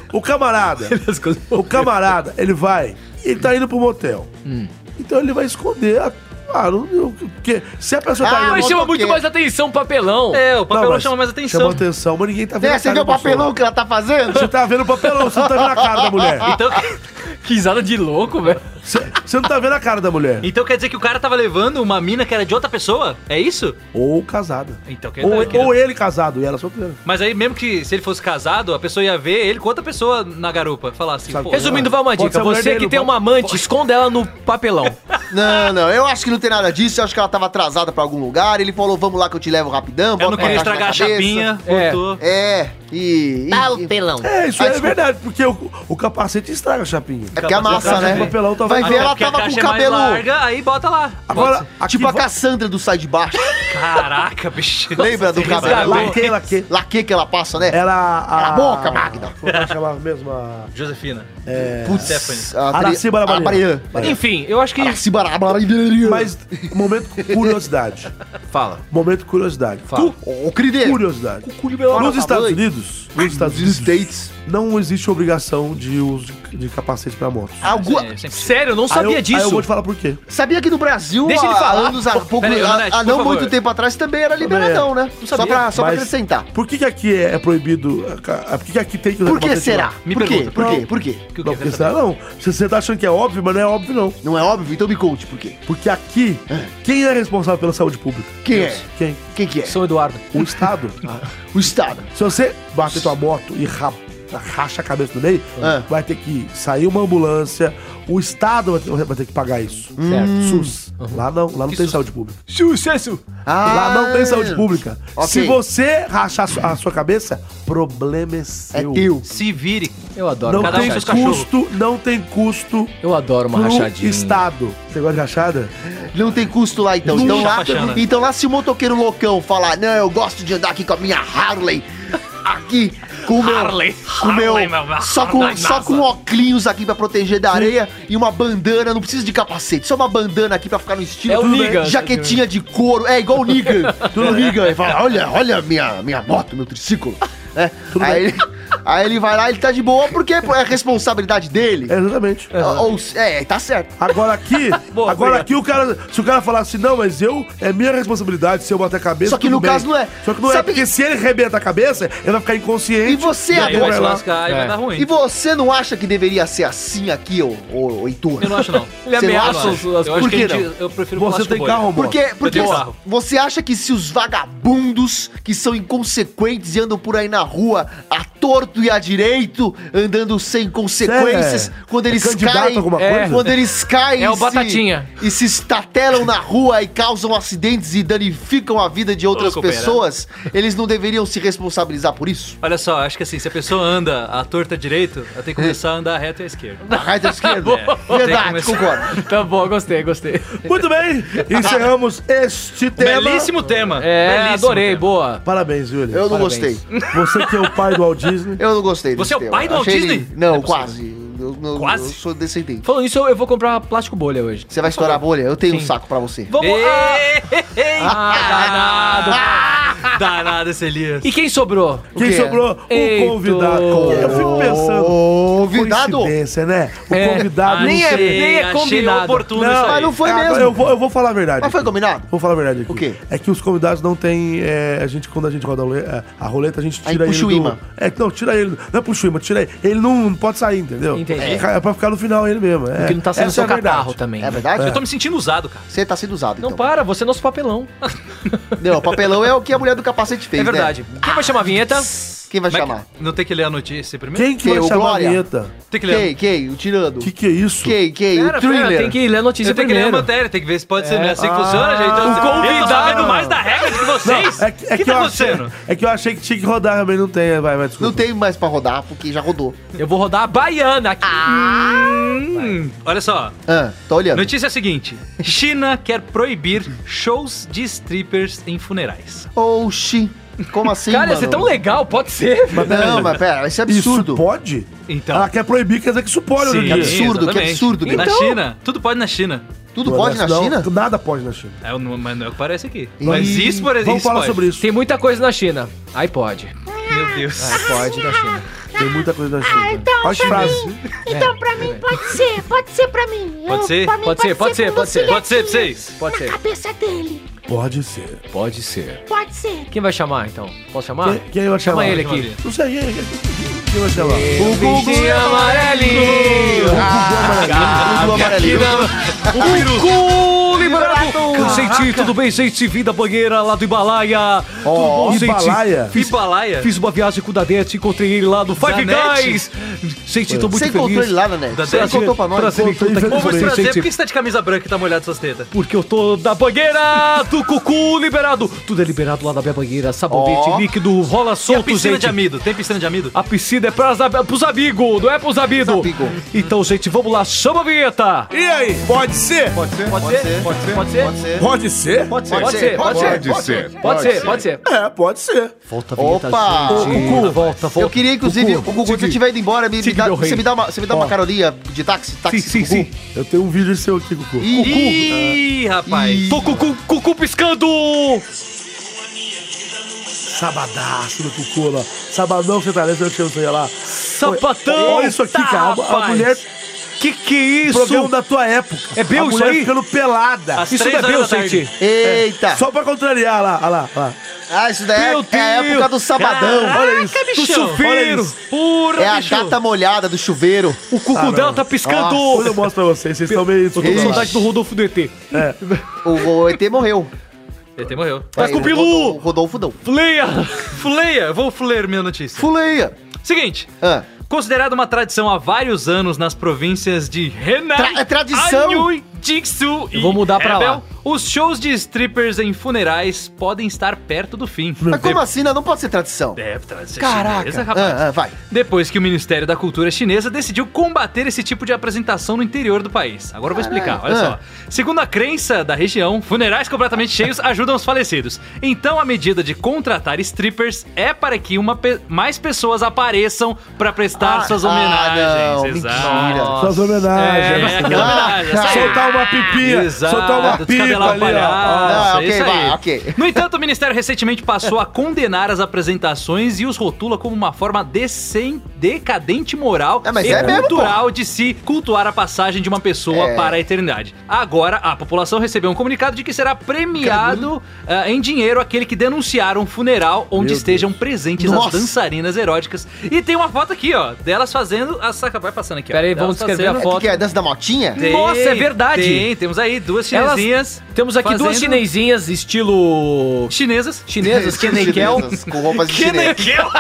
O camarada, o camarada, ele vai, ele tá indo pro motel. Hum. Então ele vai esconder a... Ah, não, eu- porque se a pessoa tá Ah, indo... Mas chama muito motoqueiro. mais atenção o papelão. É, o papelão Não, mas chama mais atenção. Chama atenção, mas ninguém tá vendo É, a você cara vê o da pessoa. papelão que ela tá fazendo? Você tá vendo o papelão, você não tá vendo a cara da mulher. Então, Que risada de louco, velho. Você, você não tá vendo a cara da mulher. então quer dizer que o cara tava levando uma mina que era de outra pessoa? É isso? Ou casada. Então quer Ou, que- ou ele casado e ela solteira. Mas aí, mesmo que se ele fosse casado, a pessoa ia ver ele com outra pessoa na garupa. Falar assim, Sabe pô, qual é? Resumindo, vai uma Pode dica. ser a mulher Você dele, que tem pode- uma amante, esconda ela no papelão. Não, não, eu acho que não tem nada disso. Eu acho que ela tava atrasada pra algum lugar. Ele falou, vamos lá que eu te levo rapidão. eu bota não uma queria caixa na estragar a cabeça. chapinha, É. botou. É, e... e- Tá e- o pelão. É, isso Ah, é desculpa. verdade, porque o, o capacete estraga a chapinha. É porque amassa, Caixa né? de papelão tá Vai vazio. ver, ela Porque a tava com o caixa é mais cabelo... larga, aí bota lá. Agora, aqui Tipo a vai- Cassandra do Sai de Baixo. Caraca, bicho. Lembra do Resgatou. cabelo? Laque, laque. Laque que ela passa, né? Era a... Cala a boca, Magda. Como ela chamava mesmo? A... Josefina. Putz, Stephanie. a Tri- Araci Barabarian. a Marian. Enfim, eu acho que... Araci Barabarian. Mas, momento curiosidade. Fala. Momento curiosidade. Fala. Ô, querido. Curiosidade. Fala, Nos Estados fala aí. Unidos, nos Estados Nos Unidos, States. não existe obrigação de uso de capacete pra moto. Algum... É, sempre- Sério, eu não Aí sabia eu, Aí eu disso. vou te falar por quê. Sabia que no Brasil, Deixa ele há falar. anos, há, pouco, Peraí, há- Nanete, há por não favor. muito tempo atrás também era liberadão, né? Só sabia. pra, só pra Mas acrescentar. Por que, que aqui é, é proibido? a- Por que, que aqui tem que usar Por que capacete será? lá? Me Por quê? pergunta. Por quê? Não. Por quê? Que o Não, quê? porque será não. Você você tá achando que é óbvio, mas não é óbvio não. Não é óbvio? Então me conte por quê. Porque aqui, quem é responsável pela saúde pública? Quem é? Quem? Quem que é? São Eduardo. O Estado. O Estado. Se você bater tua moto e ra- racha a cabeça do meio, Ah. vai ter que sair uma ambulância, o Estado vai ter, vai ter que pagar isso. Certo. SUS. Lá não, lá não tem saúde pública. Sucesso! Ah, Lá não tem saúde pública. Ok. Se você rachar a sua- a sua cabeça, problema é É seu. teu. Se vire. Eu adoro Não uma Cada um tem com seus rachadinha. custo, não tem custo Eu adoro uma pro rachadinha. Estado. Você gosta de rachada? Não tem custo lá, então. Nunca Então lá, chapachana. então lá, se o motoqueiro loucão falar, não, eu gosto de andar aqui com a minha Harley, aqui, com o meu... Harley. Com o meu... Harley, meu, Só com, Harley só NASA. com óculos aqui pra proteger da areia e uma bandana, não precisa de capacete, só uma bandana aqui pra ficar no estilo. É o Tudo bem. Negan. Jaquetinha de couro, é igual o Negan. Tudo Negan. Ele fala, olha, olha minha, minha moto, meu triciclo. É. Aí, ele, aí ele vai lá, ele tá de boa, porque é a responsabilidade dele. É, exatamente. Ou, é, tá certo. Agora aqui, Boa, agora obrigado. aqui o cara, se o cara falar assim, não, mas eu, é minha responsabilidade se eu bater a cabeça. Só que tudo no bem. caso não é. Só que não é, Sabe- porque se ele rebenta a cabeça, ele vai ficar inconsciente. E você, E aí alguém vai vai se lá. lascar e É. vai dar ruim. E você não acha que deveria ser assim aqui, ô, ô, ô Heitor? Eu não acho, não. Ele Você não ameaça acha? os- as Eu acho Por que que a gente- eu prefiro Você plástico tem bolha. carro, amor? Porque, porque tenho carro. você acha que se os vagabundos que são inconsequentes e andam por aí na rua a torto e a direito, andando sem consequências, Você é- quando eles é candidato a caem, alguma É. coisa? quando eles caem É o e se- Batatinha. e se estatelam na rua e causam acidentes e danificam a vida de outras companheiro. pessoas, eles não deveriam se responsabilizar por isso? Olha só, acho que assim, se a pessoa anda à torta direito, ela tem que começar a andar reto e à esquerda. Na raiz da esquerda? É, tem que Verdade, começar. concordo. Tá bom, gostei, gostei. Muito bem, encerramos este tema. Belíssimo tema. É, Belíssimo adorei, tema. boa. Parabéns, Júlio. Eu não Parabéns. gostei. Você que é o pai do Walt Disney. Eu não gostei Você desse é o tema. pai do Walt Achei ele- Disney? Não, Não é quase. Eu, não- Quase? eu sou descendente. Falando isso, eu, eu vou comprar plástico bolha hoje. Você vai estourar a bolha? Eu tenho um Sim. saco pra você. Vamos lá. Ah, danado. Danado esse Elias. E quem sobrou? Quem quê? sobrou? O Heitor. convidado. Eu fico pensando. Convidado? Coincidência, né? O É. convidado. Nem é- Achei- nem é achei combinado. oportuno Não, isso aí. mas não foi Agora mesmo. Eu vou, eu vou falar a verdade. Mas foi aqui. combinado? Vou falar a verdade aqui. O quê? É que os convidados não tem. é, a gente, quando a gente roda a roleta, é, a roleta, a gente Aí tira ele. puxa o do- imã. É, não, tira ele. Não é puxa o imã, tira ele. Ele não, não pode sair, entendeu? Entendi. É, é pra ficar no final ele mesmo. É. Porque não tá sendo Essa seu é a verdade. catarro também. É verdade? Eu tô me sentindo usado, cara. Você tá sendo usado, Não então. para, você é nosso papelão. Não, o papelão é o que a mulher do capacete fez, É verdade. né? Quem vai chamar a vinheta? Quem vai Mas chamar? não tem que ler a notícia primeiro? Quem que Quem? vai O chamar Glória? a vinheta? Tem que ler. Quem? Quem? O tirando? O que, que é isso? Quem? Quem? Pera, o thriller? pera, tem que ler a notícia Eu tenho que ler a primeiro. matéria, tem que ver se pode ser É. assim que Ah, funciona, gente. Eu, o eu tô convidado. sabendo mais da regra do que vocês. Não, é que, é O que que tá eu achei, acontecendo? é que eu achei que tinha que rodar, mas não tem. Vai, vai, desculpa. Não tem mais pra rodar, porque já rodou. Eu vou rodar a baiana aqui. Hum, olha só, Ah, tô olhando. notícia é a seguinte. China quer proibir shows de strippers em funerais. Oxi. Como assim, Cara, ia mano? ser tão legal, pode ser. Não, mas pera, isso é absurdo. Isso pode? Então. Ela quer proibir, quer dizer que isso pode, Sim, hoje em que dia. absurdo, que exatamente. absurdo, meu. Na Então- China, tudo pode na China. Tudo pode na Não, China? Nada pode na China. É, o- mas não é o que parece aqui. Ih, Mas isso, por exemplo, Vamos falar pode. sobre isso. Tem muita coisa na China. Aí pode. Meu Deus. Aí pode na China. Tem muita coisa da China. Ah, então Olha as pra frases. mim, então pra mim pode ser, pode ser pra mim. Pode Eu- ser? pra mim Pode ser, pode ser, com pode ser. Pode ser pra Luciletinho vocês? Pode Na ser. cabeça dele. Pode ser. Pode ser. Pode ser. Quem vai chamar, então? Posso chamar? Quem, quem vai chamar? Chama ele aqui. Não sei, quem, quem, quem vai chamar? O bichinho amarelinho. Gugu amarelinho. O cu liberado. Gente, tudo bem, gente? Vim da banheira lá do Himalaia. Tudo bom, gente? Himalaia? Fiz, Himalaia? fiz uma viagem com o Danete, encontrei ele lá no Five Danete? Guys. Gente, tô muito Você feliz. encontrou ele lá, né? Da Você Dete? contou pra nós? Prazer em Encontrei, contar aqui com Vamos vocês, prazer, por gente. que você tá de camisa branca e tá molhado suas tetas? Porque eu tô na banheira do Cucu liberado. Tudo é liberado lá na minha banheira. Sabonete, Ó. líquido, rola E a solto, piscina gente. de amido? Tem piscina de amido? A piscina é pras, pros amigos, não é pros amigos. amigos. Então, gente, vamos lá, chama a vinheta. E aí, pode ser? Pode ser? Pode ser? Pode ser? Pode ser? Pode ser. Pode ser? Pode ser, Pode pode ser, ser, pode ser. Pode ser. Pode ser, pode ser. É, pode ser. Volta a vinheta, Opa! gente. Ô, Cucu, volta, volta. Eu queria, inclusive, o Gugu, quando você estiver indo embora, me, me Siga dá, meu rei. você me dá uma, você me dá uma Ó. carolinha de táxi? táxi Sim, sim, Gugu? sim. Eu tenho um vídeo seu aqui, Cucu. Ih, rapaz. Tô com o cu- cucu piscando. Sabadaço do Cucu lá. Sabadão sertanejo, eu chamo isso aí lá. Sapatão. Olha isso aqui, Tá, cara. A, a rapaz. mulher, Que que é isso? programa da tua época. É meu a isso mulher aí? ficando pelada. Às Isso três não é meu, horas da tarde. gente. Eita! Só pra contrariar lá, olha lá, olha lá. Ah, isso daí é, Meu é a Deus. época do sabadão. Olha isso. Do chuveiro. Pura, É a bicho. gata molhada do chuveiro. O cucu Ah, dela não. tá piscando. Depois eu mostro pra vocês, vocês estão meio Eu tô com descontrolados. saudade do Rodolfo do E T. O, o E T morreu. E T morreu. Tá Aí, com o o Bilu. Rodolfo- o Rodolfo não. Fleia. Fuleia, eu vou fuler minha notícia. Fuleia. Seguinte, Ah. considerado uma tradição há vários anos nas províncias de Henan, Tra- é tradição? Anhui, Jingsu e Eu vou mudar pra Hebel, lá. os shows de strippers em funerais podem estar perto do fim. Mas como assim? Não pode ser tradição. É, tradição Caraca. chinesa, rapaz. Ah, ah, vai. Depois que o Ministério da Cultura chinesa decidiu combater esse tipo de apresentação no interior do país. Agora eu vou explicar, olha Ah. só. Segundo a crença da região, funerais completamente cheios ajudam os falecidos. Então a medida de contratar strippers é para que uma pe- mais pessoas apareçam para prestar Ah, suas ah, homenagens. não, Exato. mentira. Suas homenagens. É, aquela homenagem. essa aí. Soltar uma pipinha. Exato, Soltar uma pipa descabelar o ali, ó. palhaço, Ah, ok, isso aí. vai, ok. No entanto, o Ministério recentemente passou a condenar as apresentações e os rotula como uma forma decen- decadente moral É, mas e é mesmo, cultural de se cultuar a passagem de uma pessoa É. para a eternidade. Agora, a população recebeu um comunicado de que será premiado ah, em dinheiro aquele que denunciar um funeral onde Meu estejam presentes Nossa. as dançarinas eróticas. E tem uma foto aqui, ó, delas fazendo... A saca vai passando aqui, ó. Pera aí, delas vamos descrever a fazendo- É o foto. que é? Dança da motinha? Tem, Nossa, é verdade. Tem, temos aí duas Elas- chinesinhas. Temos aqui duas fazendo- chinesinhas estilo... Chinesas. Chinesas, Kenekel. Chinesas, Com roupas de chinês.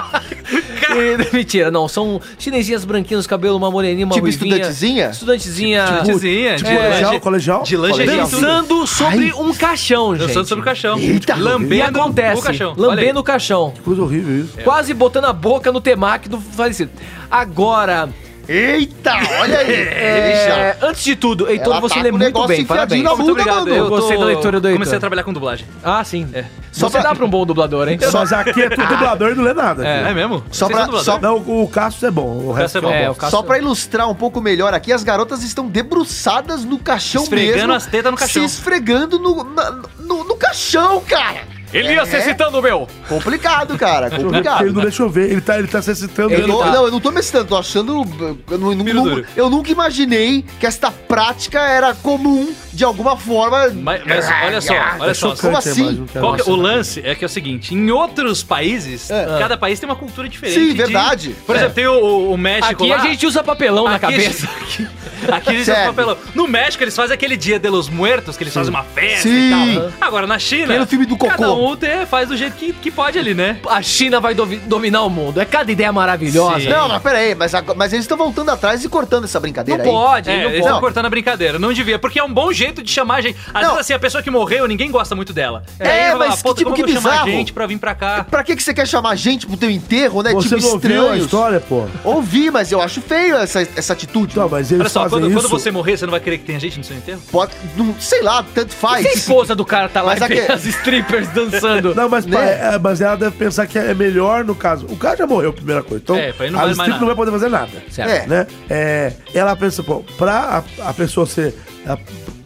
E- Mentira, não, são chinesinhas branquinhas, cabelo, uma moreninha, uma Tipo ruivinha. estudantezinha? Estudantezinha. Chinesinha. Tipo, de- colegial, de- colegial? De lingerie. Colegial. tudo. Dançando sobre um caixão, gente. Dançando sobre o caixão. Eita. E Lambendo acontece, o caixão. Olha aí. lambendo o caixão. Coisa horrível isso. Quase botando a boca no temaki do falecido. Agora, Eita, olha aí. é, antes de tudo, Heitor, Ela você tá lê com o muito negócio bem, enfiadinho parabéns. na Muito bunda, obrigado. mano. Eu tô- Gostei da leitura do Heitor. Comecei a trabalhar com dublagem. Ah, sim. Só Você pra- dá pra um bom dublador, hein? Mas aqui é tudo dublador e não lê nada. É. aqui. É mesmo? Só Vocês pra- são dublador? só- Não, o, o Cassius é bom. O resto é bom. É, o Cássio- Só pra ilustrar um pouco melhor aqui, as garotas estão debruçadas no caixão Esfregando mesmo. as tetas no caixão. Se esfregando no, na- no, no caixão, cara. Elias, É. você citando, meu. Complicado, cara. Deixa eu ver, porque ele Complicado. não deixa eu ver. Ele tá, ele tá se excitando. Eu Ele não, tá- não, eu não tô me excitando, tô achando. Eu, não- eu não- Piro duro. eu nunca imaginei que esta prática era comum de alguma forma. Mas, mas olha só, olha só. chocante Como a assim? imagem, não quero Qual que- mostrar. o lance é que é o seguinte, em outros países, É. cada país tem uma cultura diferente. Sim, de- verdade. Por É. exemplo, tem o, o México Aqui lá. a gente usa papelão na Aqui a cabeça. gente- Aqui a gente usa Sério. papelão. No México eles fazem aquele dia de los muertos, que eles fazem uma festa Sim. e tal. Agora na China, Que nem no filme do Cocô. cada um tem- faz do jeito que, que pode ali, né? A China vai dovi- dominar o mundo. É cada ideia maravilhosa. Sim. Não, mas pera aí, mas, agora- mas eles estão voltando atrás e cortando essa Não brincadeira aí. pode, É, não eles pode. estão cortando a brincadeira. Não devia, porque é um bom jeito de chamar a gente. Às Não. vezes, assim, a pessoa que morreu, ninguém gosta muito dela. É, Aí vai mas falar, que "Pô, tipo, como que eu vou chamar a bizarro." gente pra vir pra cá. Pra que, que você quer chamar gente pro teu enterro, né? Você tipo não ouviu a estranhos. história, pô? Ouvi, mas eu acho feio essa, essa atitude. Não, mas eles Olha só, fazem quando, isso... quando você morrer, você não vai querer que tenha gente no seu enterro? Pode, não, sei lá, tanto faz. Se a esposa do cara tá lá Mas e aqui- vê as strippers dançando. Não, mas, Né? pá, é, mas ela deve pensar que é melhor no caso. O cara já morreu, primeira coisa. Então, É, pra ele não a vale mais strip nada. não vai poder fazer nada. Certo. É. Né? É, ela pensa, pô, pra a, a pessoa ser. a-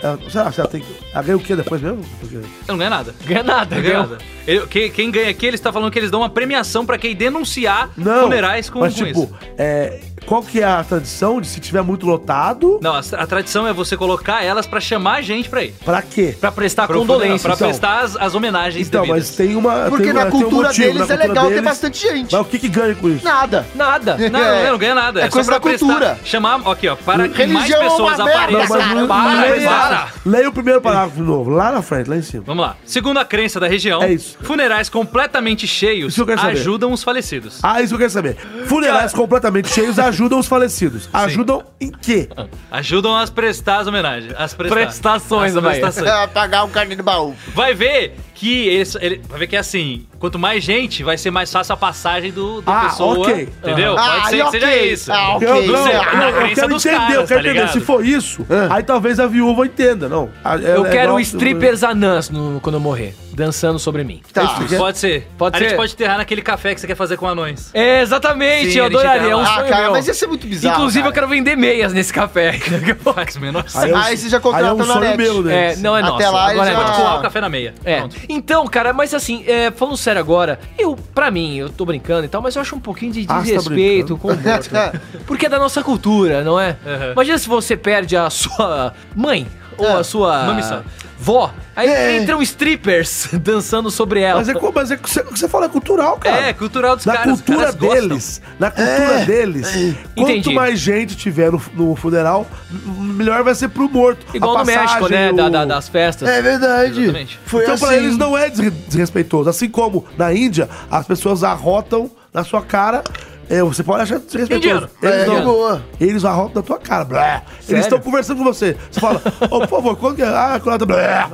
Ela, será que ela tem. Ela ganha o quê depois mesmo? Porque... Ela não ganha nada. Ganha nada, Não ganha ganha. nada. Ele- quem, quem ganha aqui, ele está falando que eles dão uma premiação pra quem denunciar Não, funerais com, mas com tipo, isso. é, qual que é a tradição de se tiver muito lotado, Não, a, a tradição é você colocar elas pra chamar a gente pra ir. pra quê? Pra prestar Pro condolência, funeral, pra então. prestar as, as homenagens Então, devidas. mas tem uma. Porque tem na uma- tem um cultura motivo, deles na é cultura legal ter deles- bastante gente. Mas o que que ganha com isso? Nada. Nada. Não, É. não, não ganha nada. É É, coisa só pra da cultura. prestar, chamar, aqui, ó, para que mais Religião é uma pessoas merda, apareçam. Não, mas não- Para, leia, para. leia o primeiro parágrafo de novo, lá na frente, lá em cima. Vamos lá. Segundo a crença da região, É isso. funerais completamente cheios Isso eu quero saber. ajudam os falecidos. Ah, isso que eu quero saber. Funerais completamente cheios ajudam os falecidos. Ajudam em quê? Ajudam a prestar as homenagens. As prestar. Prestações, as vai. prestações. É, pagar um carne do baú. Vai ver que eles, ele, vai ver que é assim, quanto mais gente, vai ser mais fácil a passagem do, da Ah, pessoa. ok. Entendeu? Ah, Pode ser aí, que seja ok. isso. Ah, ok. Eu, não, Isso é eu- na eu crença quero dos entender, caras, eu quero tá entender. ligado? Se for isso, aí talvez a viúva entenda, não. A- Eu é quero igual- strippers anãs no- quando eu morrer, dançando sobre mim. Tá. Pode ser. Pode a ser. gente pode enterrar naquele café que você quer fazer com anões. É, exatamente, Sim, eu a gente adoraria, é um tá lá. Ah, sonho cara, meu. mas ia ser muito bizarro. Inclusive, cara. eu quero vender meias nesse café. Faz o menor Aí, é um- Aí você já aí contrata é um na sonho net. meu, né? É, não é Até nosso. lá agora já- é Pode nosso. coar o café na meia. É. Pronto. Então, cara, mas assim, é, falando sério agora, eu, pra mim, eu tô brincando e tal, mas eu acho um pouquinho de Ah, você tá desrespeito com o morto. Porque é da nossa cultura, não é? Uhum. Imagina se você perde a sua mãe ou É, a sua mami-san. vó, aí É. entram strippers dançando sobre ela. Mas é, co- mas é que você, o que você fala é cultural, cara. É, cultural dos Na caras. os cultura caras gostam. deles, na cultura deles, quanto Entendi. mais gente tiver no, no funeral, m- melhor vai ser pro morto. Igual A no México, passagem, né? o- Da- da- das festas. É verdade. Exatamente. Foi Então assim. pra eles não é desre- desrespeitoso. Assim como na Índia, as pessoas arrotam na sua cara. É, você pode achar desrespeitoso. Indiano. Eles É, não. de boa. Eles arrotam na tua cara. Blá. Eles Sério? estão conversando com você. Você fala, ô, por favor, quando que é? Ah, quando blá.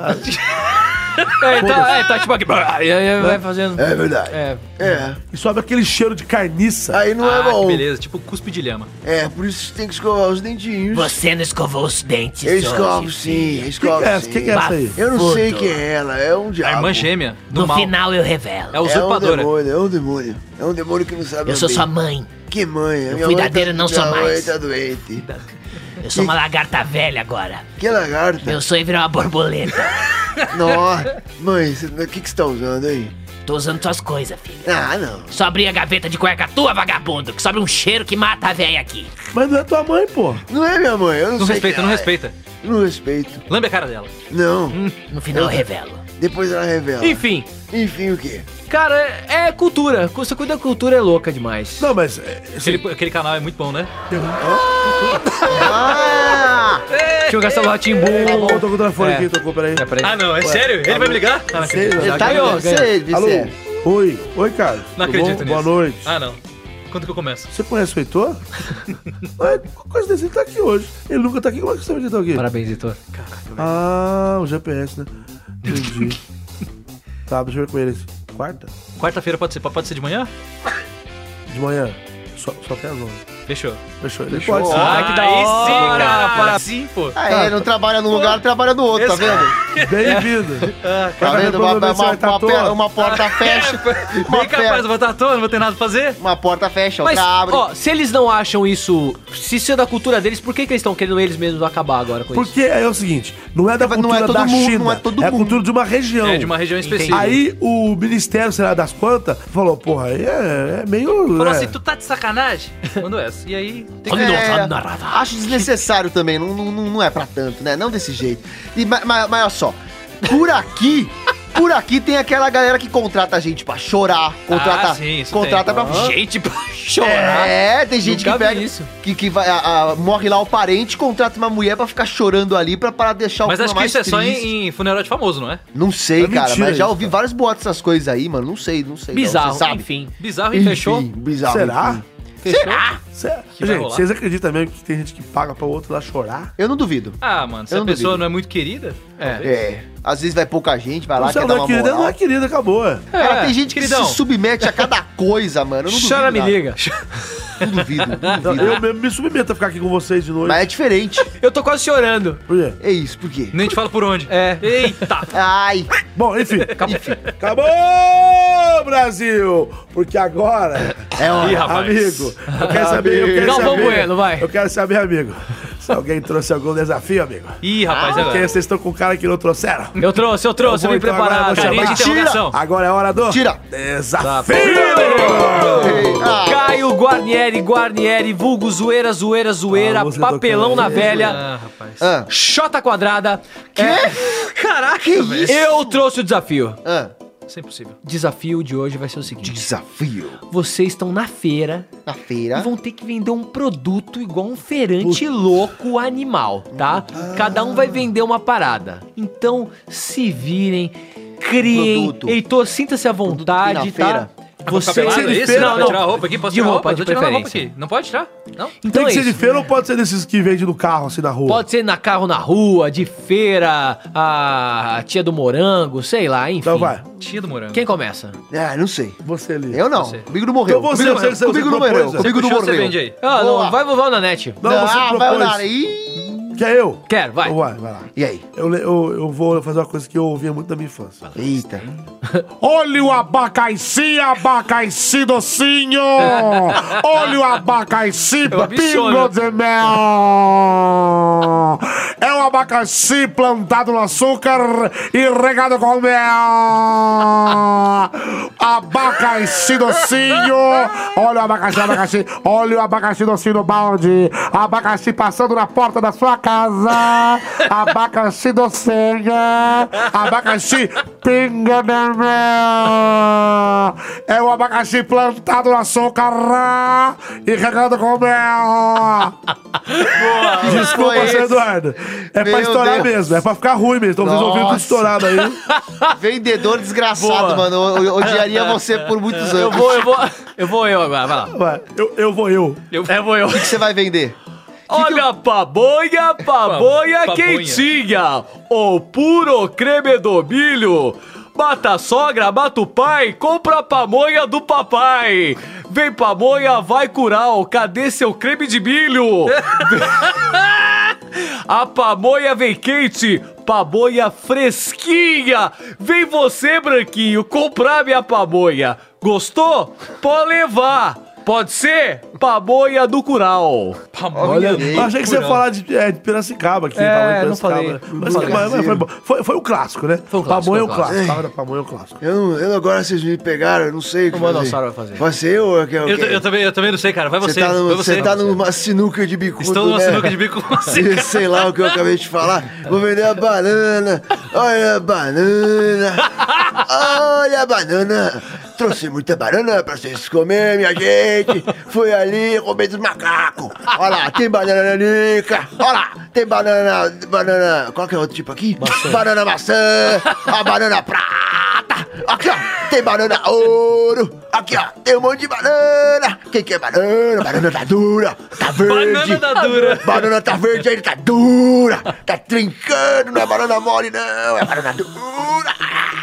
É, tá, é, tá tipo aqui. E aí vai fazendo. É verdade. É. É. E sobe aquele cheiro de carniça. Aí não é Ah, bom. que beleza. Tipo cuspe de lhama. É, por isso tem que escovar os dentinhos. Você não escovou os dentes Eu escovo hoje, sim, filho. eu Quem escovo que é essa? sim. Quem que é essa aí? Eu não sei Bafudo. quem é ela, é um diabo. A irmã gêmea do No mal. final eu revelo. É a É um usurpadora. demônio, é um demônio. É um demônio que não sabe Eu sou lamber. sua mãe. Que mãe? A minha cuidadeira mãe não sou minha mais. mãe tá doente. Eu sou uma lagarta velha agora. Que lagarta. Meu sonho é virar uma borboleta. Nossa. Mãe, cê- o que que você tá usando aí? Tô usando suas coisas, filho. Ah, não. Só abri a gaveta de cueca tua, vagabundo, que sobe um cheiro que mata a velha aqui. Mas não é tua mãe, pô. Não é minha mãe, eu não, Não sei respeita, quem não ela respeita. é. Não respeito. Lambe a cara dela. Não. No final eu revelo. Depois ela revela. Enfim, Enfim, o quê? cara, é é cultura. Você cuida da cultura é louca demais. Não, mas. é, assim, Aquele, aquele canal é muito bom, né? Ah! Tinha o Gastão Tá bom, Ratimbu. eu tô com o telefone É. aqui, tocou, peraí. É, peraí. Ah, não, é sério? Ele vai me ligar? Ah, não Sei, acredito. já Ele tá aí, ganhou, ó. ganhou. Você, Alô? você. Oi, oi, cara. Não Tudo acredito bom? nisso. Boa noite. Ah, não. Quando que eu começo? Você conhece o Heitor? Ué, coisa desse, ele tá aqui hoje. Ele nunca tá aqui, como é que você sabe que ele tá aqui? Parabéns, Heitor. Ah, o G P S, né? Entendi. Tá, deixa eu ver com ele. Quarta? Quarta-feira pode ser, pode ser de manhã? De manhã. Só, só até as onze. Fechou. Fechou. Ele pode ser. Ah, que da Aí hora, sim, cara. para- Sim, pô. Ah, é, não trabalha num lugar, trabalha no outro, tá vendo? Bem-vindo. Tá vendo? Uma, uma, uma, tá uma, uma porta fecha. Uma, Bem capaz, eu pe- vou estar à toa, não vou ter nada pra fazer. uma porta fecha, Mas, outra abre. ó, se eles não acham isso. Se isso é da cultura deles, por que, que eles estão querendo eles mesmos acabar agora com isso? Porque é o seguinte, não é da Não é cultura todo da mundo, China, não é todo a mundo. cultura de uma região. É de uma região específica. Aí o Ministério, sei lá, das quantas, falou, porra, aí é, é meio... Falou é. assim, tu tá de sacanagem? Mandou essa. E aí, tem que... É, acho desnecessário também, não, não, não é pra tanto, né? Não desse jeito. E, mas, mas, mas olha só, por aqui, por aqui tem aquela galera que contrata a gente pra chorar, contrata, Ah, sim, isso contrata tem. pra... Gente pra chorar. É, tem gente Nunca que vi pega, isso. que, que vai, a- a- morre lá o parente, contrata uma mulher pra ficar chorando ali pra, pra deixar o Mas clima acho que mais isso é só triste. em, em funeral de famoso, não é? Não sei, É cara, mentira mas já isso, ouvi cara. vários boatos dessas coisas aí, mano, não sei, não sei. não, Bizarro, você sabe? enfim. Bizarro e Enfim, fechou. bizarro. Será? enfim. Será? Cê- Que vai Gente, rolar. vocês acreditam mesmo que tem gente que paga pra outro lá chorar? Eu não duvido. Ah, mano, se Eu a não pessoa duvido. não é muito querida... É, às vezes vai pouca gente, vai lá, Se quer ela dar não é uma querida, ela moral. não é querida, acabou. É. Cara, É, tem gente que queridão. se submete a cada coisa, mano. Eu não duvido. Chora, me nada. liga. Não duvido, não Não, duvido. eu mesmo me submeto a ficar aqui com vocês de noite. Mas é diferente. Eu tô quase chorando. Por quê? É isso, por quê? Nem te falo por onde. É. Eita! Ai, Bom, enfim. Acabou. Acabou, Brasil! Porque agora, é hora. Ih, rapaz. amigo, eu quero saber, eu quero Galvão saber, Bueno, vai. eu quero saber, amigo, Se alguém trouxe algum desafio, amigo. Ih, rapaz, Porque agora. vocês estão com um cara que não trouxeram. Eu trouxe, eu trouxe, eu vou, vim então, agora preparado. eu vou Carinha de chamar. interrogação. Agora é hora do... Tira. Desafio! Ah, Caio Guarnieri, Guarnieri, vulgo zoeira, zoeira, zoeira, Ah, você papelão tocou. na velha, Ah, rapaz. ah, Xota quadrada. É, Caraca, velho. eu trouxe o desafio. ah. Isso é impossível. O desafio de hoje vai ser o seguinte. Desafio. Vocês estão na feira Na e feira. vão ter que vender um produto igual um feirante louco animal, tá? Cada um vai vender uma parada. Então, se virem, criem. Produto. Heitor, sinta-se à vontade, na feira. tá? Você Pelado, é isso? Não, Vai não. tirar a roupa aqui? Posso De tirar a roupa, roupa? de Tô tirando a roupa preferência. aqui. Não pode tirar? Não? Então Tem é que ser de isso. feira ou pode ser desses que vende no carro, assim, na rua? Pode ser na carro na rua, de feira, a tia do morango, sei lá, enfim. Então vai. Tia do morango. Quem começa? Ah, não sei. Você ali. Eu não. Você. Comigo não morreu. Então você, comigo você, você, comigo você não morreu. propôs, Comigo não Puxou, você morreu. vende aí. Ah, Boa. não, vai voar na net. Não, você ah, vai propôs. olhar aí. Quer eu? Quero, vai. Então vai, vai lá. E aí? Eu, le- eu, eu vou fazer uma coisa que eu ouvia muito da minha infância. Eita. Olha o abacaxi, abacaxi docinho! Olha o abacaxi, Eu ambiciono. pingo de mel! É um abacaxi plantado no açúcar e regado com mel! Abacaxi docinho! Olha o abacaxi, abacaxi! Olha o abacaxi docinho no balde! Abacaxi passando na porta da sua casa! Abacaxi docinho! Abacaxi pinga de mel! É o abacaxi plantado no açúcar e regado com mel! Desculpa, foi seu esse? Eduardo. É pra Meu estourar Deus. mesmo, é pra ficar ruim mesmo. Então vocês ouviram tudo Nossa. estourado aí. Vendedor desgraçado, Boa. mano. Eu, eu odiaria você por muitos anos. Eu vou, eu vou. Eu vou eu agora, vai lá. Vai, eu, eu vou eu. Eu, é, vou eu. O que você vai vender? Olha a pamonha, pamonha Pa- quentinha. O puro creme do milho. Mata a sogra, mata o pai, compra a pamonha do papai. Vem pamonha, vai curar, cadê seu creme de milho? A pamonha vem quente, pamonha fresquinha. Vem você, branquinho, comprar minha pamonha. Gostou? Pode levar. Pode ser pamonha do curau. Olha, eu achei que você ia falar de, é, de Piracicaba aqui. É, pamonha de não Piracicaba, falei. né? Não Mas, falei. mas- mas foi, bom. foi, foi o clássico, né? Foi o clássico, Pamonha é o foi o clássico. clássico. Fala da pamonha é o clássico. Eu, não- eu agora vocês me pegaram, eu não sei o que O fazer. Manossauro vai fazer. Vai ser eu ou é que é o Eu, quê? eu também, eu também não sei, cara. Vai Você você. tá, no- vai você você. tá numa sinuca de bicudo, Estou numa né? sinuca de bico com você. Sei lá o que eu acabei de falar. Vou vender a banana. Olha a banana. Olha a banana. Trouxe muita banana pra vocês comerem, minha gente. Fui ali comer dos macacos. Olha lá, tem banana nica. Olha lá, tem banana. Banana. Qual que é o outro tipo aqui? Banana maçã. A banana prata. Aqui, ó. Tem banana ouro. Aqui, ó. Tem um monte de banana. Quem quer banana? Banana tá dura. Tá verde. Banana tá dura. Banana tá verde ainda, tá dura. Tá trincando. Não é banana mole, não. É banana dura.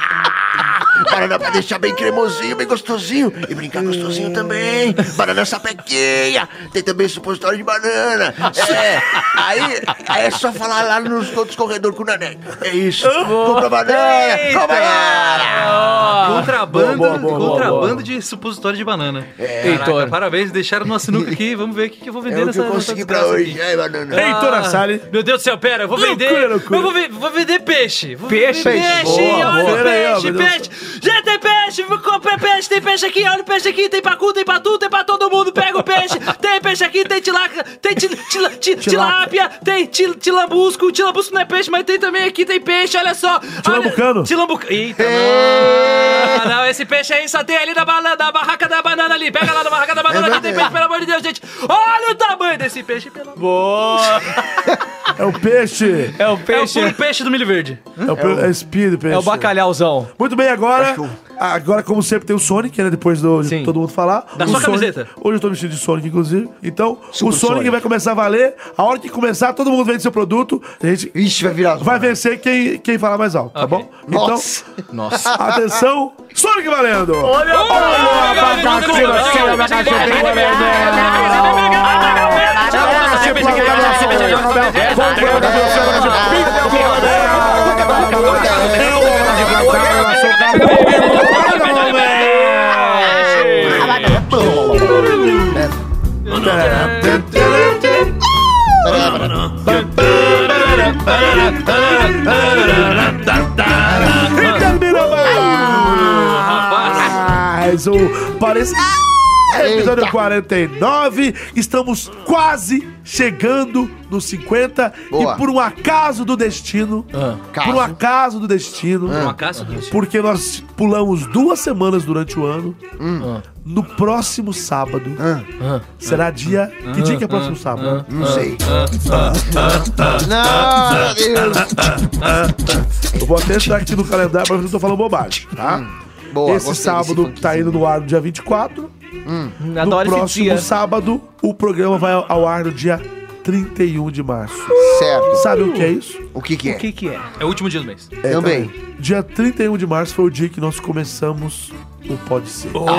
Banana pra deixar bem cremosinho, bem gostosinho. E brincar gostosinho também. Banana sapequinha. Tem também supositório de banana. É. Aí, aí é só falar lá nos outros corredores com o Nané. É isso. Compra banana. Compra banana. Contrabando, Boa, boa, boa, contrabando boa. de supositório de banana. É. Heitor. Parabéns, deixaram numa sinuca aqui. Vamos ver o que, que eu vou vender É o que nessa eu consegui nessa pra desgraça hoje. aqui. Aí, banana. Heitor Assali. Meu Deus do céu, pera, eu vou vender. Loucura, loucura. Eu vou, ve- vou vender peixe. Vou Peixe? vender peixe, Boa, olha boa. o Pera aí, ó, peixe, meu Deus. peixe. Já tem peixe, vou comprar peixe, tem peixe aqui, olha o peixe aqui, tem pra cu, tem pra tu, tem pra todo mundo, pega o peixe. Tem peixe aqui, tem tilaca, tem til, til, til, tilápia, tem til, tilambusco, tilambusco não é peixe, mas tem também aqui, tem peixe, olha só. Tilambucano? Tilambucano. Eita, não. Não, esse peixe aí só tem ali na, bala- na barraca da banana ali. Pega lá na barraca da banana ali, tem peixe, pelo amor de Deus, gente. Olha o tamanho desse peixe, pelo amor. Boa! É o peixe. É o É o peixe. puro peixe do milho verde. É o, pe- é espírito, peixe. É o bacalhauzão. Muito bem, agora, agora como sempre tem o Sonic, né, depois do, de Sim. todo mundo falar. Da O sua Sonic- camiseta. Hoje eu tô vestido de Sonic, inclusive. Então, o Sonic, Sonic. vai começar a valer. A hora que começar, todo mundo vende seu produto. A gente Ixi, vai virar. vai vencer quem, quem falar mais alto, tá Ok. bom? Nossa. Nossa. Então, atenção, Sonic valendo! Olha a abacaxi, você, abacaxi, tem valendo! Abacaxi, plantado no açúcar, tem valendo! Compra o abacaxi, você, abacaxi, pinga, tem valendo! É o abacaxi plantado no açúcar, tem valendo! Parece... Episódio Eita. quarenta e nove, estamos quase chegando nos cinquenta. Boa. E por um acaso do destino, por um acaso do destino, Uma caça? porque nós pulamos duas semanas durante o ano, no próximo sábado, será dia... Que dia que é próximo sábado? Não sei. Não, meu Deus. Eu vou até entrar aqui no calendário pra ver se eu tô falando bobagem, tá? Boa, Esse gostei sábado desse tá funkzinho. indo no ar no dia vinte e quatro. No Adoro esse próximo dia. sábado, o programa vai ao ar no dia trinta e um de março. Certo. Sabe o que é isso? O que que é? O que que é? É o último dia do mês. É, Também. cara, dia trinta e um de março foi o dia que nós começamos o Pode Ser. Oh,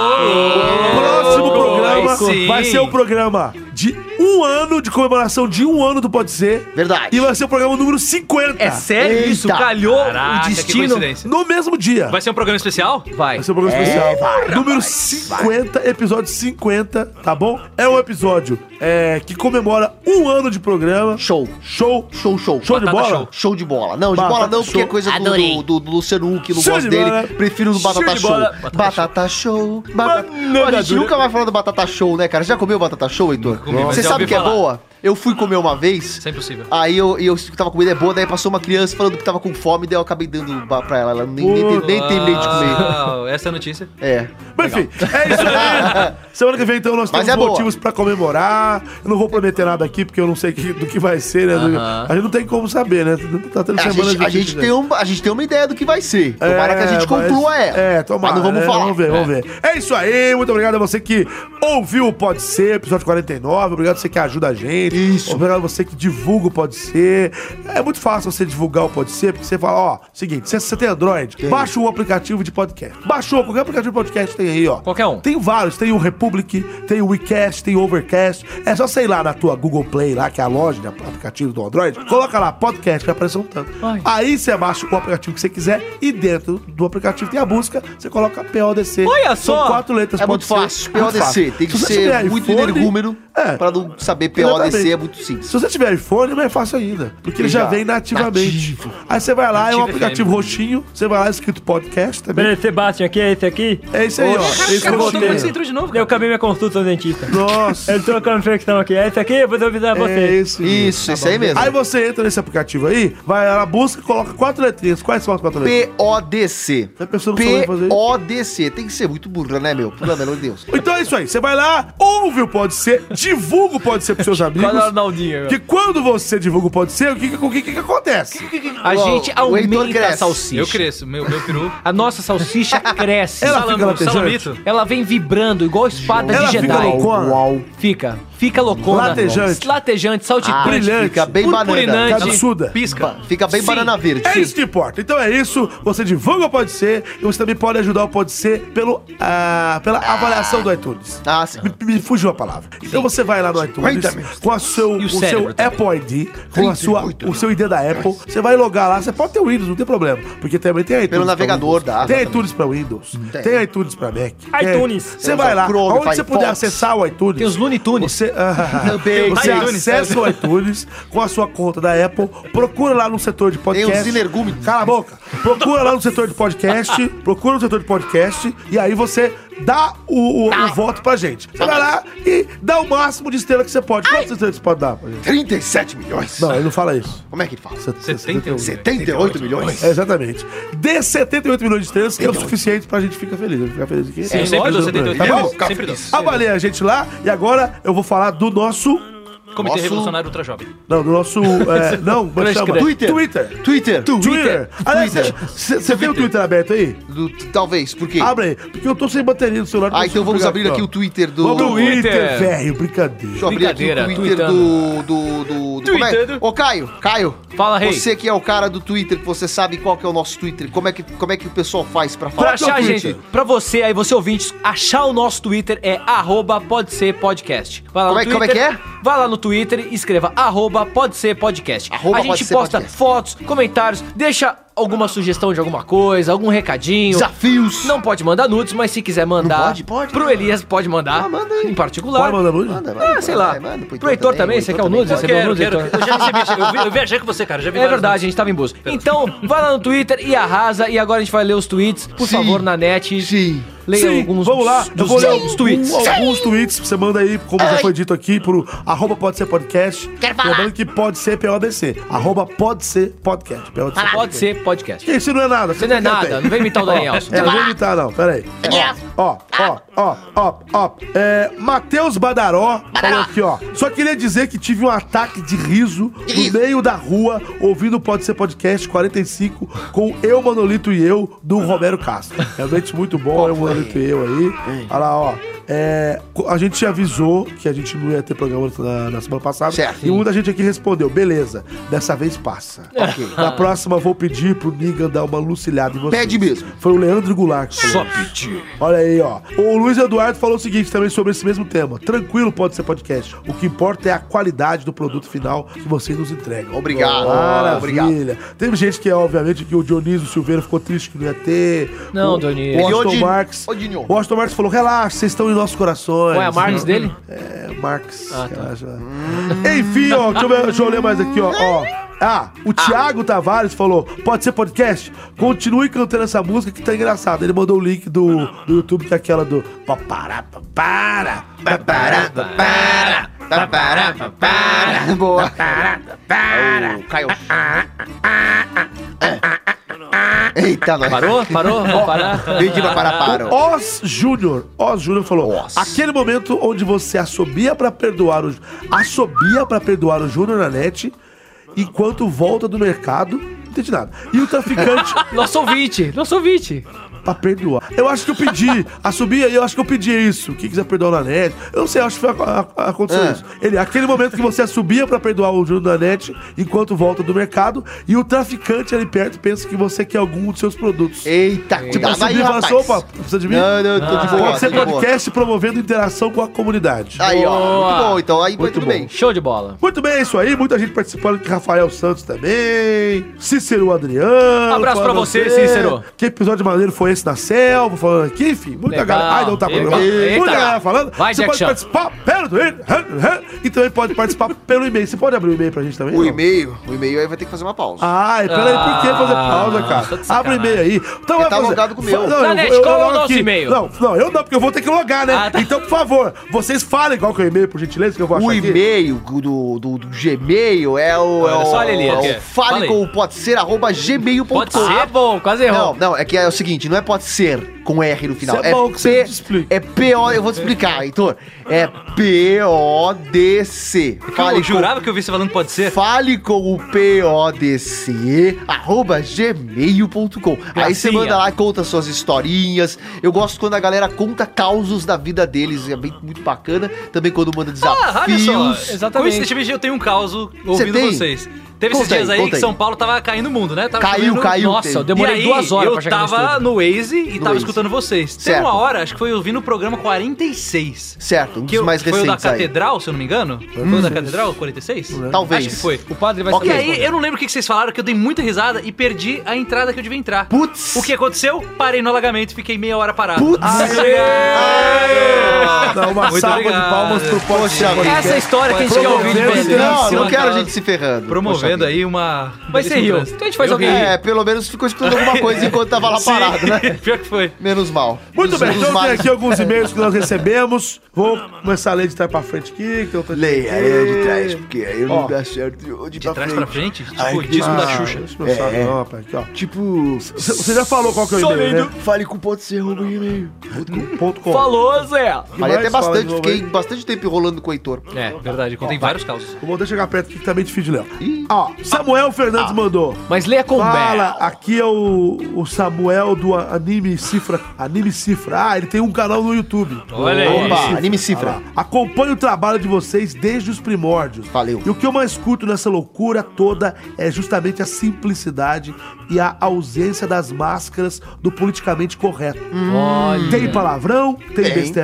O próximo programa aí sim. vai ser o programa de um ano, de comemoração de um ano do Pode Ser. Verdade. E vai ser o programa número cinquenta. É sério Eita. isso? Calhou Caraca, o que destino? coincidência. No mesmo dia. Vai ser um programa especial? Vai. Vai ser um programa especial. Número cinquenta, episódio cinquenta, tá bom? É um episódio é, que comemora um ano de programa. Show. Show. Show, show. Show de Batata bola? show. Show de bola. Não, de Batata bola não, porque show. é coisa do, Adorei. do, do, do Luciano Huck, não Show gosto de dele. bola. Prefiro no Show Batata de Show. bola. Batata Show. Batata... Banana Pô, a gente dura. nunca vai falar do Batata Show, né, cara? Já comeu Batata Show, Heitor? Comi, mas Você já sabe ouvi que é falar. boa? Eu fui comer uma vez. Isso é impossível. Aí eu, eu tava comendo, é boa, daí passou uma criança falando que tava com fome, daí eu acabei dando ba- pra ela. Ela nem, nem, nem, nem terminei de comer. Uau, essa é a notícia. É. Mas enfim, é isso aí. Semana que vem, então, nós Mas temos é boa. motivos pra comemorar. Eu não vou prometer nada aqui, porque eu não sei que- do que vai ser, né? Aham. A gente não tem como saber, né? Tá tendo A semana gente, a, gente tem um, a gente tem uma ideia do que vai ser. Tomara que a gente conclua mas- ela. É, tomara. Mas não vamos né? falar. Vamos ver, vamos ver. É isso aí. Muito obrigado a você que ouviu o Pode Ser, episódio quarenta e nove. Obrigado a você que ajuda a gente. Isso. Obrigado a você que divulga o Pode Ser. É muito fácil você divulgar o Pode Ser, porque você fala, ó, seguinte, se você tem Android, baixa um aplicativo de podcast. Baixou, qualquer aplicativo de podcast tem aí, ó. Qualquer um. Tem vários, tem o Republic, tem o WeCast, tem o Overcast. É só sei lá na tua Google Play, lá, que é a loja de aplicativo do Android. Coloca lá, podcast, vai aparecer um tanto. Ai. Aí você baixa o aplicativo que você quiser e dentro do aplicativo tem a busca, você coloca P O D C. Olha São só! quatro letras. É pode muito ser. fácil. P O Muito D C. fácil. Tem que Se você ser tiver muito iPhone, energúmeno é. pra não saber P O D C. Exatamente. É muito simples. Se você tiver iPhone, é mais fácil ainda. Porque ele já, Já. vem nativamente. Nativo. Aí você vai lá, é um Nativo aplicativo F M. roxinho. Você vai lá, escrito podcast também. Beleza, Sebastião, aqui é esse aqui? É isso aí, ó. Oxe, Esse Cara, voltou, roxinho. como é que você entrou de novo, Eu cara? acabei minha consulta ao dentista. Nossa. Eu tô com a infecção aqui. É esse aqui? Eu vou avisar É você. isso. Isso, esse aí mesmo. Aí você entra nesse aplicativo aí, vai lá, busca, coloca quatro letrinhas. Quais são as quatro letrinhas? P O D C. A pessoa não sabe fazer P isso. O D C. Tem que ser muito burra, né, meu? Pelo amor de Deus. Então é isso aí. Você vai lá, ouve o Pode Ser, divulga o Pode Ser pros seus amigos. Fala, Arnaldinho. Porque quando você divulga o Pode Ser, o que que, o que, que, que acontece? A gente o Heitor aumenta a cresce. salsicha. Eu cresço, meu, meu peru. A nossa salsicha cresce. Ela Ela, fica latejante? Salamito. ela vem vibrando igual espada Ela de fica Jedi. loucona? Fica. Fica loucona. Latejante. Latejante, saltitante. brilhante. Fica bem Purpurinante. banana. Cabeçuda. Pisca. Fica bem Sim. banana verde. É isso que importa. Então é isso. Você divulga o Pode Ser e você também pode ajudar o Pode Ser pelo, ah, pela avaliação do iTunes. Ah, sim. Me, me fugiu a palavra. Então você vai lá no iTunes com a seu, E o o seu cérebro também. Apple I D, com a sua, o seu I D da Apple. Você vai logar lá. Você pode ter o Windows, não tem problema. Porque também tem iTunes. Pelo pra navegador Windows. dá, Tem exatamente. iTunes pra Windows. Tem. Tem iTunes pra Mac. tem- iTunes. Você Tem vai lá. Chrome, Onde você puder Firefox. acessar o iTunes. Tem os Looney Tunes. Você, ah, Também. você iTunes. acessa o iTunes com a sua conta da Apple. Procura lá no setor de podcast. Tem os energúmenos. Cala a boca. Procura lá no setor de podcast. Procura no setor de podcast. E aí você dá o, o, o voto pra gente. Você vai lá e dá o máximo de estrela que você pode. Quantas estrelas você pode dar pra gente? trinta e sete milhões. Não, ele não fala isso. Como é que ele fala? setenta e um. setenta e oito milhões. É, exatamente. Dê setenta e oito milhões de estrelas, que é o suficiente pra gente ficar feliz. A gente ficar feliz aqui. Eu sempre dou Lógico, setenta e oito. Tá bom? Sempre sempre dou. Avalie a gente lá. E agora eu vou falar do nosso... Comitê Nosso- Revolucionário Ultra Jovem. Não, do nosso... é, não, como é que chama? Twitter. Twitter. Twitter. Twitter. Aliás, você tem o Twitter aberto aí? Do- talvez, por quê? Abre aí, porque eu tô sem bateria no celular. não Ah, consigo então vamos pegar abrir aqui o Twitter do... Vamos no Twitter, Twitter. velho, brincadeira. Deixa eu abrir aqui o Brincadeira, Twitter do... tweetando. do, do, do como é? Tweetando. Ô, Caio, Caio. Fala, rei. Você que é o cara do Twitter, que você sabe qual que é o nosso Twitter, como é que, como é que o pessoal faz pra falar? Pra achar, Twitter. gente, pra você aí, você ouvinte, achar o nosso Twitter é arroba pode ser podcast. Vai lá Como no é- como é Twitter, que é? Vai lá no Twitter e escreva arroba pode ser podcast. Arroba a pode gente ser posta podcast. fotos, comentários, deixa alguma sugestão de alguma coisa, algum recadinho. Desafios. Não pode mandar nudes, mas se quiser mandar Não pode? Pode. pro Elias, pode mandar. Ah, manda aí. Em particular. Pode mandar nude? Manda, Ah, sei lá. vai, manda pro Heitor também, você quer o nudes? Eu Recebeu o quero, nudes, quero. Heitor? Eu já recebi. Eu, vi- eu viajei com você, cara. Já vi É vários verdade, a nudes. gente tava em busca. Então, vai lá no Twitter e arrasa. E agora a gente vai ler os tweets. Por Sim. favor, na net. Sim. Leia Sim, alguns vamos lá. Eu dos, vou ler dos tweets. um- alguns tweets. Você manda aí, como já foi dito aqui, pro arroba pode ser podcast. Quero falar. Lembrando que pode ser P O D C. Arroba pode ser podcast. P O D C. Pode ser podcast. Isso não é nada. Você não é nada, não vem imitar o Danielson. É, não vem imitar, não. Pera aí. Ó, ó, ó, ó, ó. É, Matheus Badaró falou aqui, ó. Só queria dizer que tive um ataque de riso no meio da rua, ouvindo o Pode Ser Podcast quarenta e cinco com Eu, Manolito e Eu, do Romero Castro. Realmente muito bom, Eu, Manolito e Eu aí. Olha lá, ó. É, a gente avisou que a gente não ia ter programa na, na semana passada. Certo. E muita gente aqui respondeu, beleza, dessa vez passa. Ok. Na próxima vou pedir pro Nigan dar uma lucilhada em você. Pede mesmo. Foi o Leandro Goulart que falou. Só pedir. Olha aí, ó. O Luiz Eduardo falou o seguinte também sobre esse mesmo tema. Tranquilo, pode ser podcast. O que importa é a qualidade do produto final que vocês nos entregam. Obrigado. Maravilha. Obrigado. Teve gente que, obviamente, que o Dionísio Silveira ficou triste que não ia ter. Não, o, Dionísio. O Washington Odi- Marques. Odinho. O Washington Marques falou, relaxa, vocês estão em nossos corações. Qual é a Marques dele? É, Marques. Ah, tá. relaxa. Enfim, ó, deixa eu, ver, deixa eu ler mais aqui, ó. ó. Ah, o Thiago Tavares falou, pode ser podcast? Continue cantando essa música que tá engraçada. Ele mandou o link do, do YouTube, que é aquela do... Papara, papara, papara, papara, papara, papara. Boa. Para. O Caio. Eita, nós. Parou? Parou? Vamos parar? Vendi pra parar, para. Oz Júnior, Oz Júnior falou, Oz. aquele momento onde você assobia pra perdoar o... Assobia pra perdoar o Júnior na net, enquanto volta do mercado, não entendi nada. E o traficante... Nosso ouvinte, nosso ouvinte. Pra perdoar. Eu acho que eu pedi. Assobia e eu acho que eu pedi isso. Quem quiser perdoar na net. Eu não sei, eu acho que foi, a, a, aconteceu É. isso. Ele, aquele momento que você assobia pra perdoar o Júnior na net, enquanto volta do mercado, e o traficante ali perto pensa que você quer algum dos seus produtos. Eita, Tipo, cuidado aí, assobia e fala rapaz. assim, opa, precisa de mim? Não, não, tô de boa. Pode ser tô de boa. podcast promovendo interação com a comunidade. Aí, ó. Boa. Muito bom, então. Aí vai Muito tudo bom. bem. Show de bola. Muito bem, é isso aí. Muita gente participando aqui. Rafael Santos também. Cícero Adriano. Abraço pra falando você, Cícero. Que episódio maneiro foi esse na selva? Falando aqui, enfim. Muita Legal. galera. Ai, não tá Legal. programado. Eita. Muita galera falando. Vai, você pode Jackson. participar pelo Twitter. E também pode participar pelo e-mail. Você pode abrir o e-mail pra gente também? O não? e-mail, o e-mail aí vai ter que fazer uma pausa. Ai, peraí, por que fazer pausa, Ah, tô cara? de Abre o e-mail aí. Então vai tá fazer. logado com o meu. Fa- Não, eu- Nanete, eu- qual eu é o logo nosso aqui. e-mail? Não, não, eu não, porque eu vou ter que logar, né? Ah, tá. Então, por favor, vocês falem qual que é o e-mail, por gentileza, que eu vou achar O aqui. e-mail do, do, do Gmail é o. Olha é o, só, olha ali, é aqui. o fale com o pode ser arroba gmail ponto com. Pode ser? Bom, quase errou. Não, não, é que é o seguinte, não é pode ser com R no final. Isso é bom que você te explica. É P O, eu vou te explicar, Heitor. É P O D C. Fale Eu jurava que eu vi você falando pode ser. Fale com o P O D C, arroba gmail ponto com. Aí você Gracinha. manda lá e conta suas historinhas. Eu gosto quando a galera conta causos da vida deles, é bem, muito bacana. Também quando manda Ah, olha desafios. só. Exatamente. Coincidentemente eu tenho um caos ouvindo tem? vocês. Teve Conta esses dias aí, aí, conta que aí. São Paulo tava caindo o mundo, né? Tava Caiu, chovendo- caiu. Nossa, eu teve. demorei e aí, duas horas eu pra chegar no tava estúdio. no Waze e tava Waze. escutando vocês. Tem Certo. uma hora, acho que foi ouvindo o programa quarenta e seis. Certo, um Que dos eu- mais foi o da recentes aí. Catedral, se eu não me engano? Foi o da Catedral, quarenta e seis? Talvez. Acho que foi. O padre vai Ok. E saber aí, responder. eu não lembro o que que vocês falaram, que eu dei muita risada e perdi a entrada que eu devia entrar. Putz! O que aconteceu? Parei no alagamento e fiquei meia hora parado. Putz! Dá uma Muito salva de obrigado. palmas pro Poxa, podcast. Essa é a história que a gente quer ouvir de Promovendo você. Não, não Sim, quero cara. gente se ferrando. Promovendo Poxa aí uma... Mas você riu. Então a gente faz Eu alguém ri. rir. É, pelo menos ficou escutando alguma coisa enquanto tava lá Sim, parado, né? Pior que foi. Menos mal. Muito Dos- bem, dos então tem males. aqui alguns e-mails que nós recebemos. Vou começar a ler de trás pra frente aqui. Que eu tô Leia, leia de trás, porque aí Ó. não dá certo de, de, De trás pra frente? Tipo Ai, o disco Ah, da Xuxa. deixa eu pensar, É. não, rapaz, aqui, ó. Tipo, Você você já falou qual que é o e-mail, né? fale com pode ser arroba gmail. Ponto com. Falou, Zé. Falei até mais? Fala de bastante, novo fiquei aí. bastante tempo enrolando com o Heitor. É, verdade. Contei vários causos. Eu vou deixar chegar perto aqui que tá bem difícil de ler. Ó, Samuel Fernandes mandou. Mas leia com Fala, Bel. aqui é o, o Samuel do Anime Cifra. Anime Cifra. Ah, ele tem um canal no YouTube. Olha aí. Opa, anime cifra. Olha lá. Acompanho o trabalho de vocês desde os primórdios. Valeu. E o que eu mais curto nessa loucura toda é justamente a simplicidade e a ausência das máscaras do politicamente correto. Olha. Tem palavrão, tem, Tem, besterol, tem.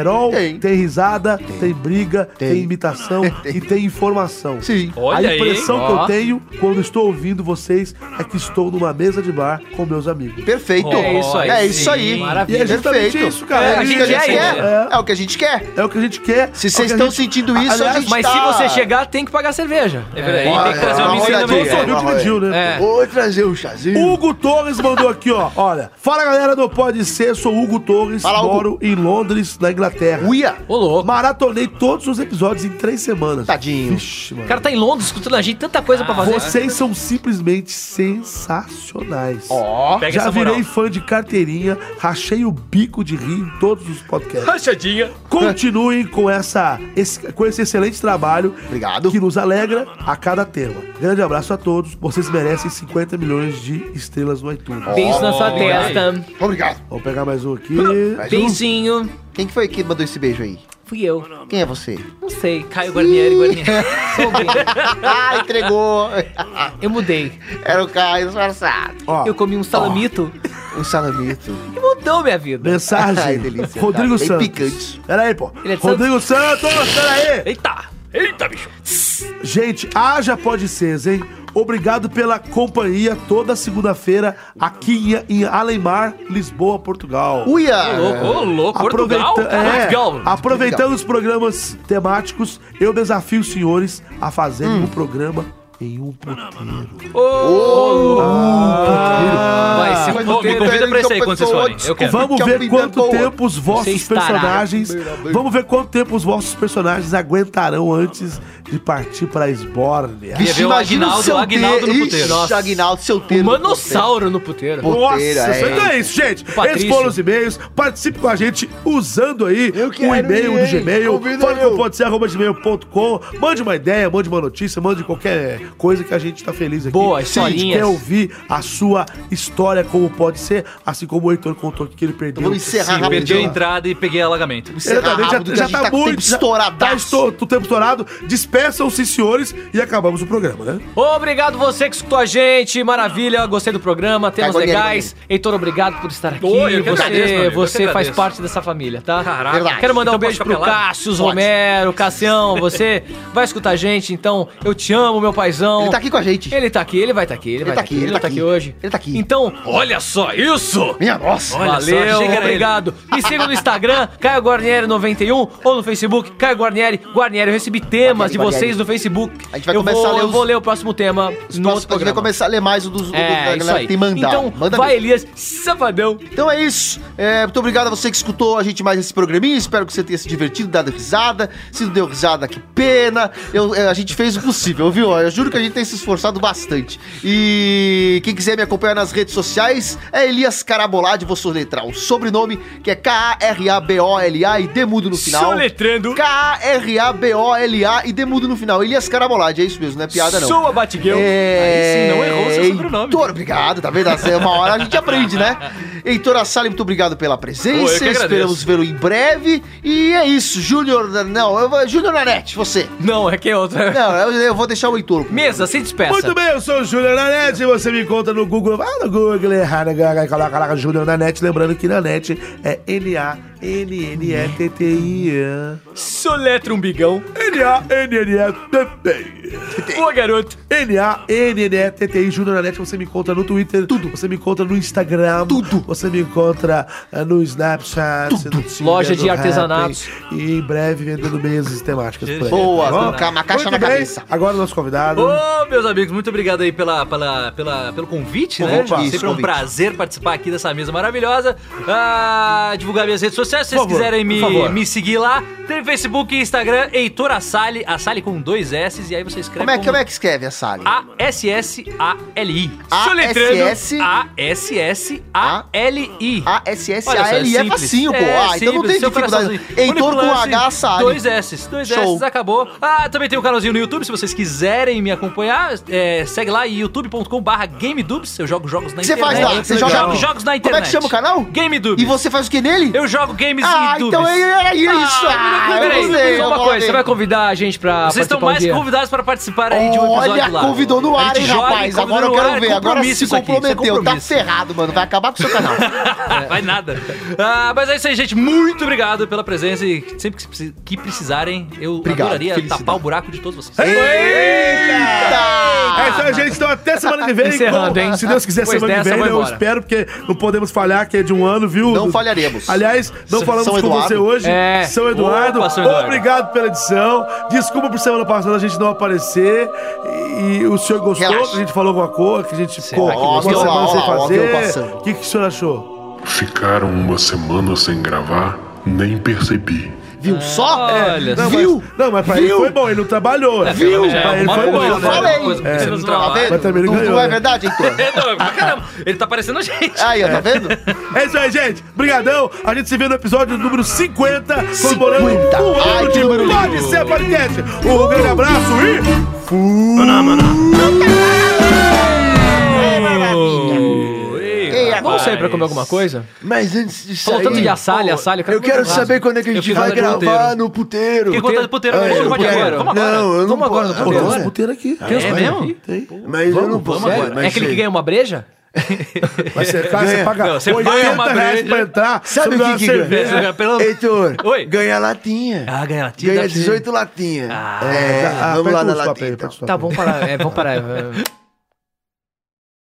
Tem. Tem risada, tem, briga, tem, Tem. imitação Tem. e tem informação. Sim. Olha a aí, impressão hein? que eu Ó. tenho quando estou ouvindo vocês é que estou numa mesa de bar com meus amigos. Perfeito. É isso aí, É isso aí. sim. E é justamente isso, cara. É, É, a isso gente que a é gente isso. quer. É. É. É o que a gente quer. É o que a gente quer. Se É o vocês que a estão gente- sentindo isso, Aliás, a gente Mas tá... se você chegar, tem que pagar cerveja. É verdade. É, tem que trazer é, uma uma piscina rodadinha, mesmo. é. Sorriu, dividiu, né? É. Vou trazer um chazinho. Hugo Torres mandou aqui, ó. Olha, fala galera do Pode Ser, sou Hugo Torres, Fala, Hugo. moro em Londres, na Inglaterra. Uia. Ô, louco. Maratonei todos os episódios em três semanas. Tadinho. Vixe, mano. O cara tá em Londres escutando a gente, tanta coisa pra fazer. Vocês são simplesmente sensacionais. Ó. Pega Já essa moral. virei fã de carteirinha, rachei o bico de rir em todos os podcasts. Rachadinha. Continuem com, essa, esse, com esse excelente trabalho Obrigado. que nos alegra a cada tema. Grande abraço a todos. Vocês merecem cinquenta milhões de estrelas no iTunes. Beijo na sua Oh, testa. Obrigado. Vamos pegar mais um aqui. Beijinho. Quem que foi que mandou esse beijo aí? Fui eu. Quem é você? Não sei. Caio Guarnieri, Guarnieri. Sou bem. Ah, entregou. Eu mudei. Era o Caio disfarçado. Ó, Eu comi um salamito Um salamito. e mudou minha vida. mensagem. Ai, delícia. Rodrigo Tá bem Santos. picante. Pera aí, pô. Ele é de Rodrigo Santos, pera aí. Eita. Eita, bicho. Gente, haja pode ser, hein? Obrigado pela companhia toda segunda-feira aqui em, em Alemar, Lisboa, Portugal. Uia. Ô, louco, ô, louco. Portugal? Aproveita- é, Portugal. aproveitando os programas temáticos, eu desafio os senhores a fazerem Hum. um programa em um puteiro. Vai ser Mas um não Me tem convida pra isso aí tempo, quando vocês forem. Eu quero. Vamos Que ver vida quanto boa. tempo os vossos estará. personagens. Vamos ver quanto tempo os vossos personagens aguentarão antes de partir para Esbórnia. Queria ver o imagina Aguinaldo- seu Aguinaldo no ter- puteiro. Ixi, Nossa. Aguinaldo, seu O termo. manossauro no puteiro. Pô. Nossa, Puteira, é. então é isso, gente. Patrício. Esses foram os e-mails. Participe com a gente usando aí Eu o quero e-mail do ir, Gmail. convida Fale eu. com pode ser arroba gmail ponto com. Mande uma ideia, mande uma notícia, mande qualquer coisa que a gente tá feliz aqui. Boa, Se a gente historinhas. quer ouvir a sua história como pode ser, assim como o Heitor contou aqui que ele perdeu. Vamos encerrar Sim, rapidinho. perdi a entrada e peguei alagamento. Exatamente, rápido, que já, a já gente tá tá com o muito. tempo já- estouradaço. Tá esto- o tempo estourado. Despeçam-se, senhores, e acabamos o programa, né? Obrigado você que escutou a gente, maravilha, gostei do programa, temas Caio Guarnieri, legais. Heitor, obrigado por estar aqui. Ô, eu que você agradeço, meu amigo, eu que você faz agradeço. parte dessa família, tá? Caraca. Verdade. Quero mandar Então um beijo posso pro ficar pelado? Cássio, Pode. Romero, Cassião, você vai escutar a gente, então eu te amo, meu paizão. Ele tá aqui com a gente. Ele tá aqui, ele vai estar aqui, ele, vai tá tá aqui, aqui, ele ele tá tá aqui. aqui hoje. Ele tá aqui. Então, Olha só isso! Minha nossa. Olha só, valeu, chega nele. obrigado. Me siga no Instagram, Caio Guarnieri noventa e um, ou no Facebook, Caio Guarnieri. Guarnieri, eu recebi temas Guarnieri, de Guarnieri. vocês no Facebook. A gente vai eu começar vou, a ler eu os- vou ler o próximo tema no Próximo, outro a gente vai programa. começar a ler mais o dos, do, É, da isso galera aí. que tem mandado. Então, Manda vai, mesmo. Elias, safadão. Então é isso. É, muito obrigado a você que escutou a gente mais nesse programinha. Espero que você tenha se divertido, dado risada. Se não deu risada, que pena. Eu, é, a gente fez o possível, viu? Eu juro que a gente tem se esforçado bastante. E quem quiser me acompanhar nas redes sociais é Elias Carabolade. Vou soletrar o sobrenome, que é K A R A B O L A e demudo no final. Soletrando. K A R A B O L A e demudo no final. Elias Carabolade, é isso mesmo, não é piada não. Sou a Batigueu. É... Aí sim, não errou seu sobrenome. Heitor, obrigado, tá vendo? Assim, uma hora a gente aprende, né? Heitor Assali, muito obrigado pela Pô, eu presença. que agradeço. Esperamos vê-lo em breve. E é isso, Júnior. Não, eu vou. Júnior Nanete, você. Não, é que é outra. Não, eu, eu vou deixar o Heitor. Mesa, se despeça. Muito bem, eu sou o Júnior Nanete, você me encontra no Google, vai no Google, coloca Júnior Nanete, lembrando que Nanete é N A N N E T T I. Soletra um bigão. N A N N E T T I. Ô, garoto. N A N N E T T I, Júnior Nanete, você me encontra no Twitter, tudo. Você me encontra no Instagram, tudo. Você me encontra eh, no Snapchat, no Tinder, Loja de no artesanatos. Happn, e em breve vendendo mesas temáticas por aí. Boa, tá bom? com uma caixa Muito na bem, cabeça. agora o nosso convidado. Ô, meus amigos, muito obrigado aí pela, pela, pela, pelo convite, né? Opa, Sempre isso, um convite. prazer participar aqui dessa mesa maravilhosa. Ah, divulgar minhas redes sociais, se vocês Por favor, quiserem me, por favor. me seguir lá. Tem Facebook e Instagram, Heitor Assali, Assali com dois S, e aí você escreve Como é, como é que escreve a Sally? A S S A L I. A S S A S S A L I. A S S Olha A só, L I é simples. facinho, pô. É Ah, então não simples, tem seu dificuldade. coraçãozinho. Heitor com Uniplan, H, Sally. Dois S, dois Show. S, acabou. Ah, também tem um canalzinho no YouTube, se vocês quiserem me acompanhar, é, segue lá, youtube ponto com barra GameDubs. Eu jogo jogos na O que você internet. faz lá? Você Eu joga- jogo jogos na internet. Como é que chama o canal? GameDubs. E você faz o que nele? Eu jogo games Ah, e então dubs. era isso. Ah, Ah, eu Peraí, não sei, só eu uma vou coisa, ver. você vai convidar a gente pra Vocês estão participar um mais dia? convidados para participar aí de um episódio Olha, lá. convidou no A ar, hein, gente joga e rapaz. convida Agora eu no quero ar, é ver. Agora compromisso se isso aqui, isso é comprometeu. Tá compromisso. ferrado, mano. Vai acabar com o seu canal. Vai nada. Ah, mas é isso aí, gente. Muito obrigado pela presença e sempre que precis- que precisarem, eu Obrigado, adoraria felicidade. tapar o buraco de todos vocês. É isso aí, gente. Então até semana que vem. Encerrando, hein? Se Deus quiser, Depois semana que dessa, vem, eu né? vou Eu embora. espero, porque não podemos falhar, que é de um ano, viu? Não falharemos. Aliás, não S- falamos São com Eduardo. você hoje. É. São Eduardo. Opa, São Eduardo. Obrigado pela edição. Desculpa por semana passada a gente não aparecer. E, e o senhor gostou? Relaxa. Que a gente falou alguma coisa? Que a gente ficou Ó, uma ó, semana ó, sem ó, ó, ó, fazer? passando. O que, que o senhor achou? Ficaram uma semana sem gravar, nem percebi. Viu só? Olha, Não, Viu? Mas, não, mas pra ele Viu? foi bom, ele não trabalhou. Viu? Pra ele Uma foi coisa, bom, eu né? falei. Coisa que É. você não Tá trabalha. vendo? Mas também ele Não, ganhou, não é né? verdade, Heitor? Não, pra caramba. Ele tá parecendo a gente. Aí, ó, tá vendo? É isso aí, gente. Brigadão. A gente se vê no episódio número cinquenta, comemorando cinquenta. um Ai, ano que de número lindo. Pode Ser Podcast. Um grande abraço e... Fui! Ei, agora. Vamos sair pra comer alguma coisa? Mas antes de sair... Falou tanto de assale, assale. Eu quero saber quando é que a Eu gente fico vai no gravar puteiro. no puteiro. Que conta de puteiro Ah, agora? eu Pode quero. agora. Vamos agora. Não, eu não Vamos agora no posso. Pô, tem uns Agora? puteiros aqui. É mesmo? Mas eu não vamos posso. agora. Mas É aquele que sei. ganha uma breja? Mas você, cara, você Ganha. paga Não, você oitenta paga uma reais breja. pra entrar. Sabe você o ganha que uma que cerveja. ganha? Ganha pelo- Heitor, Oi. ganha latinha. Ah, ganha latinha. Ganha dá- dezoito latinhas. Ah, é, Ah, vamos aperta lá na os latinha. papéis, então. aperta os Tá, papéis. vamos parar. É, vamos parar. é,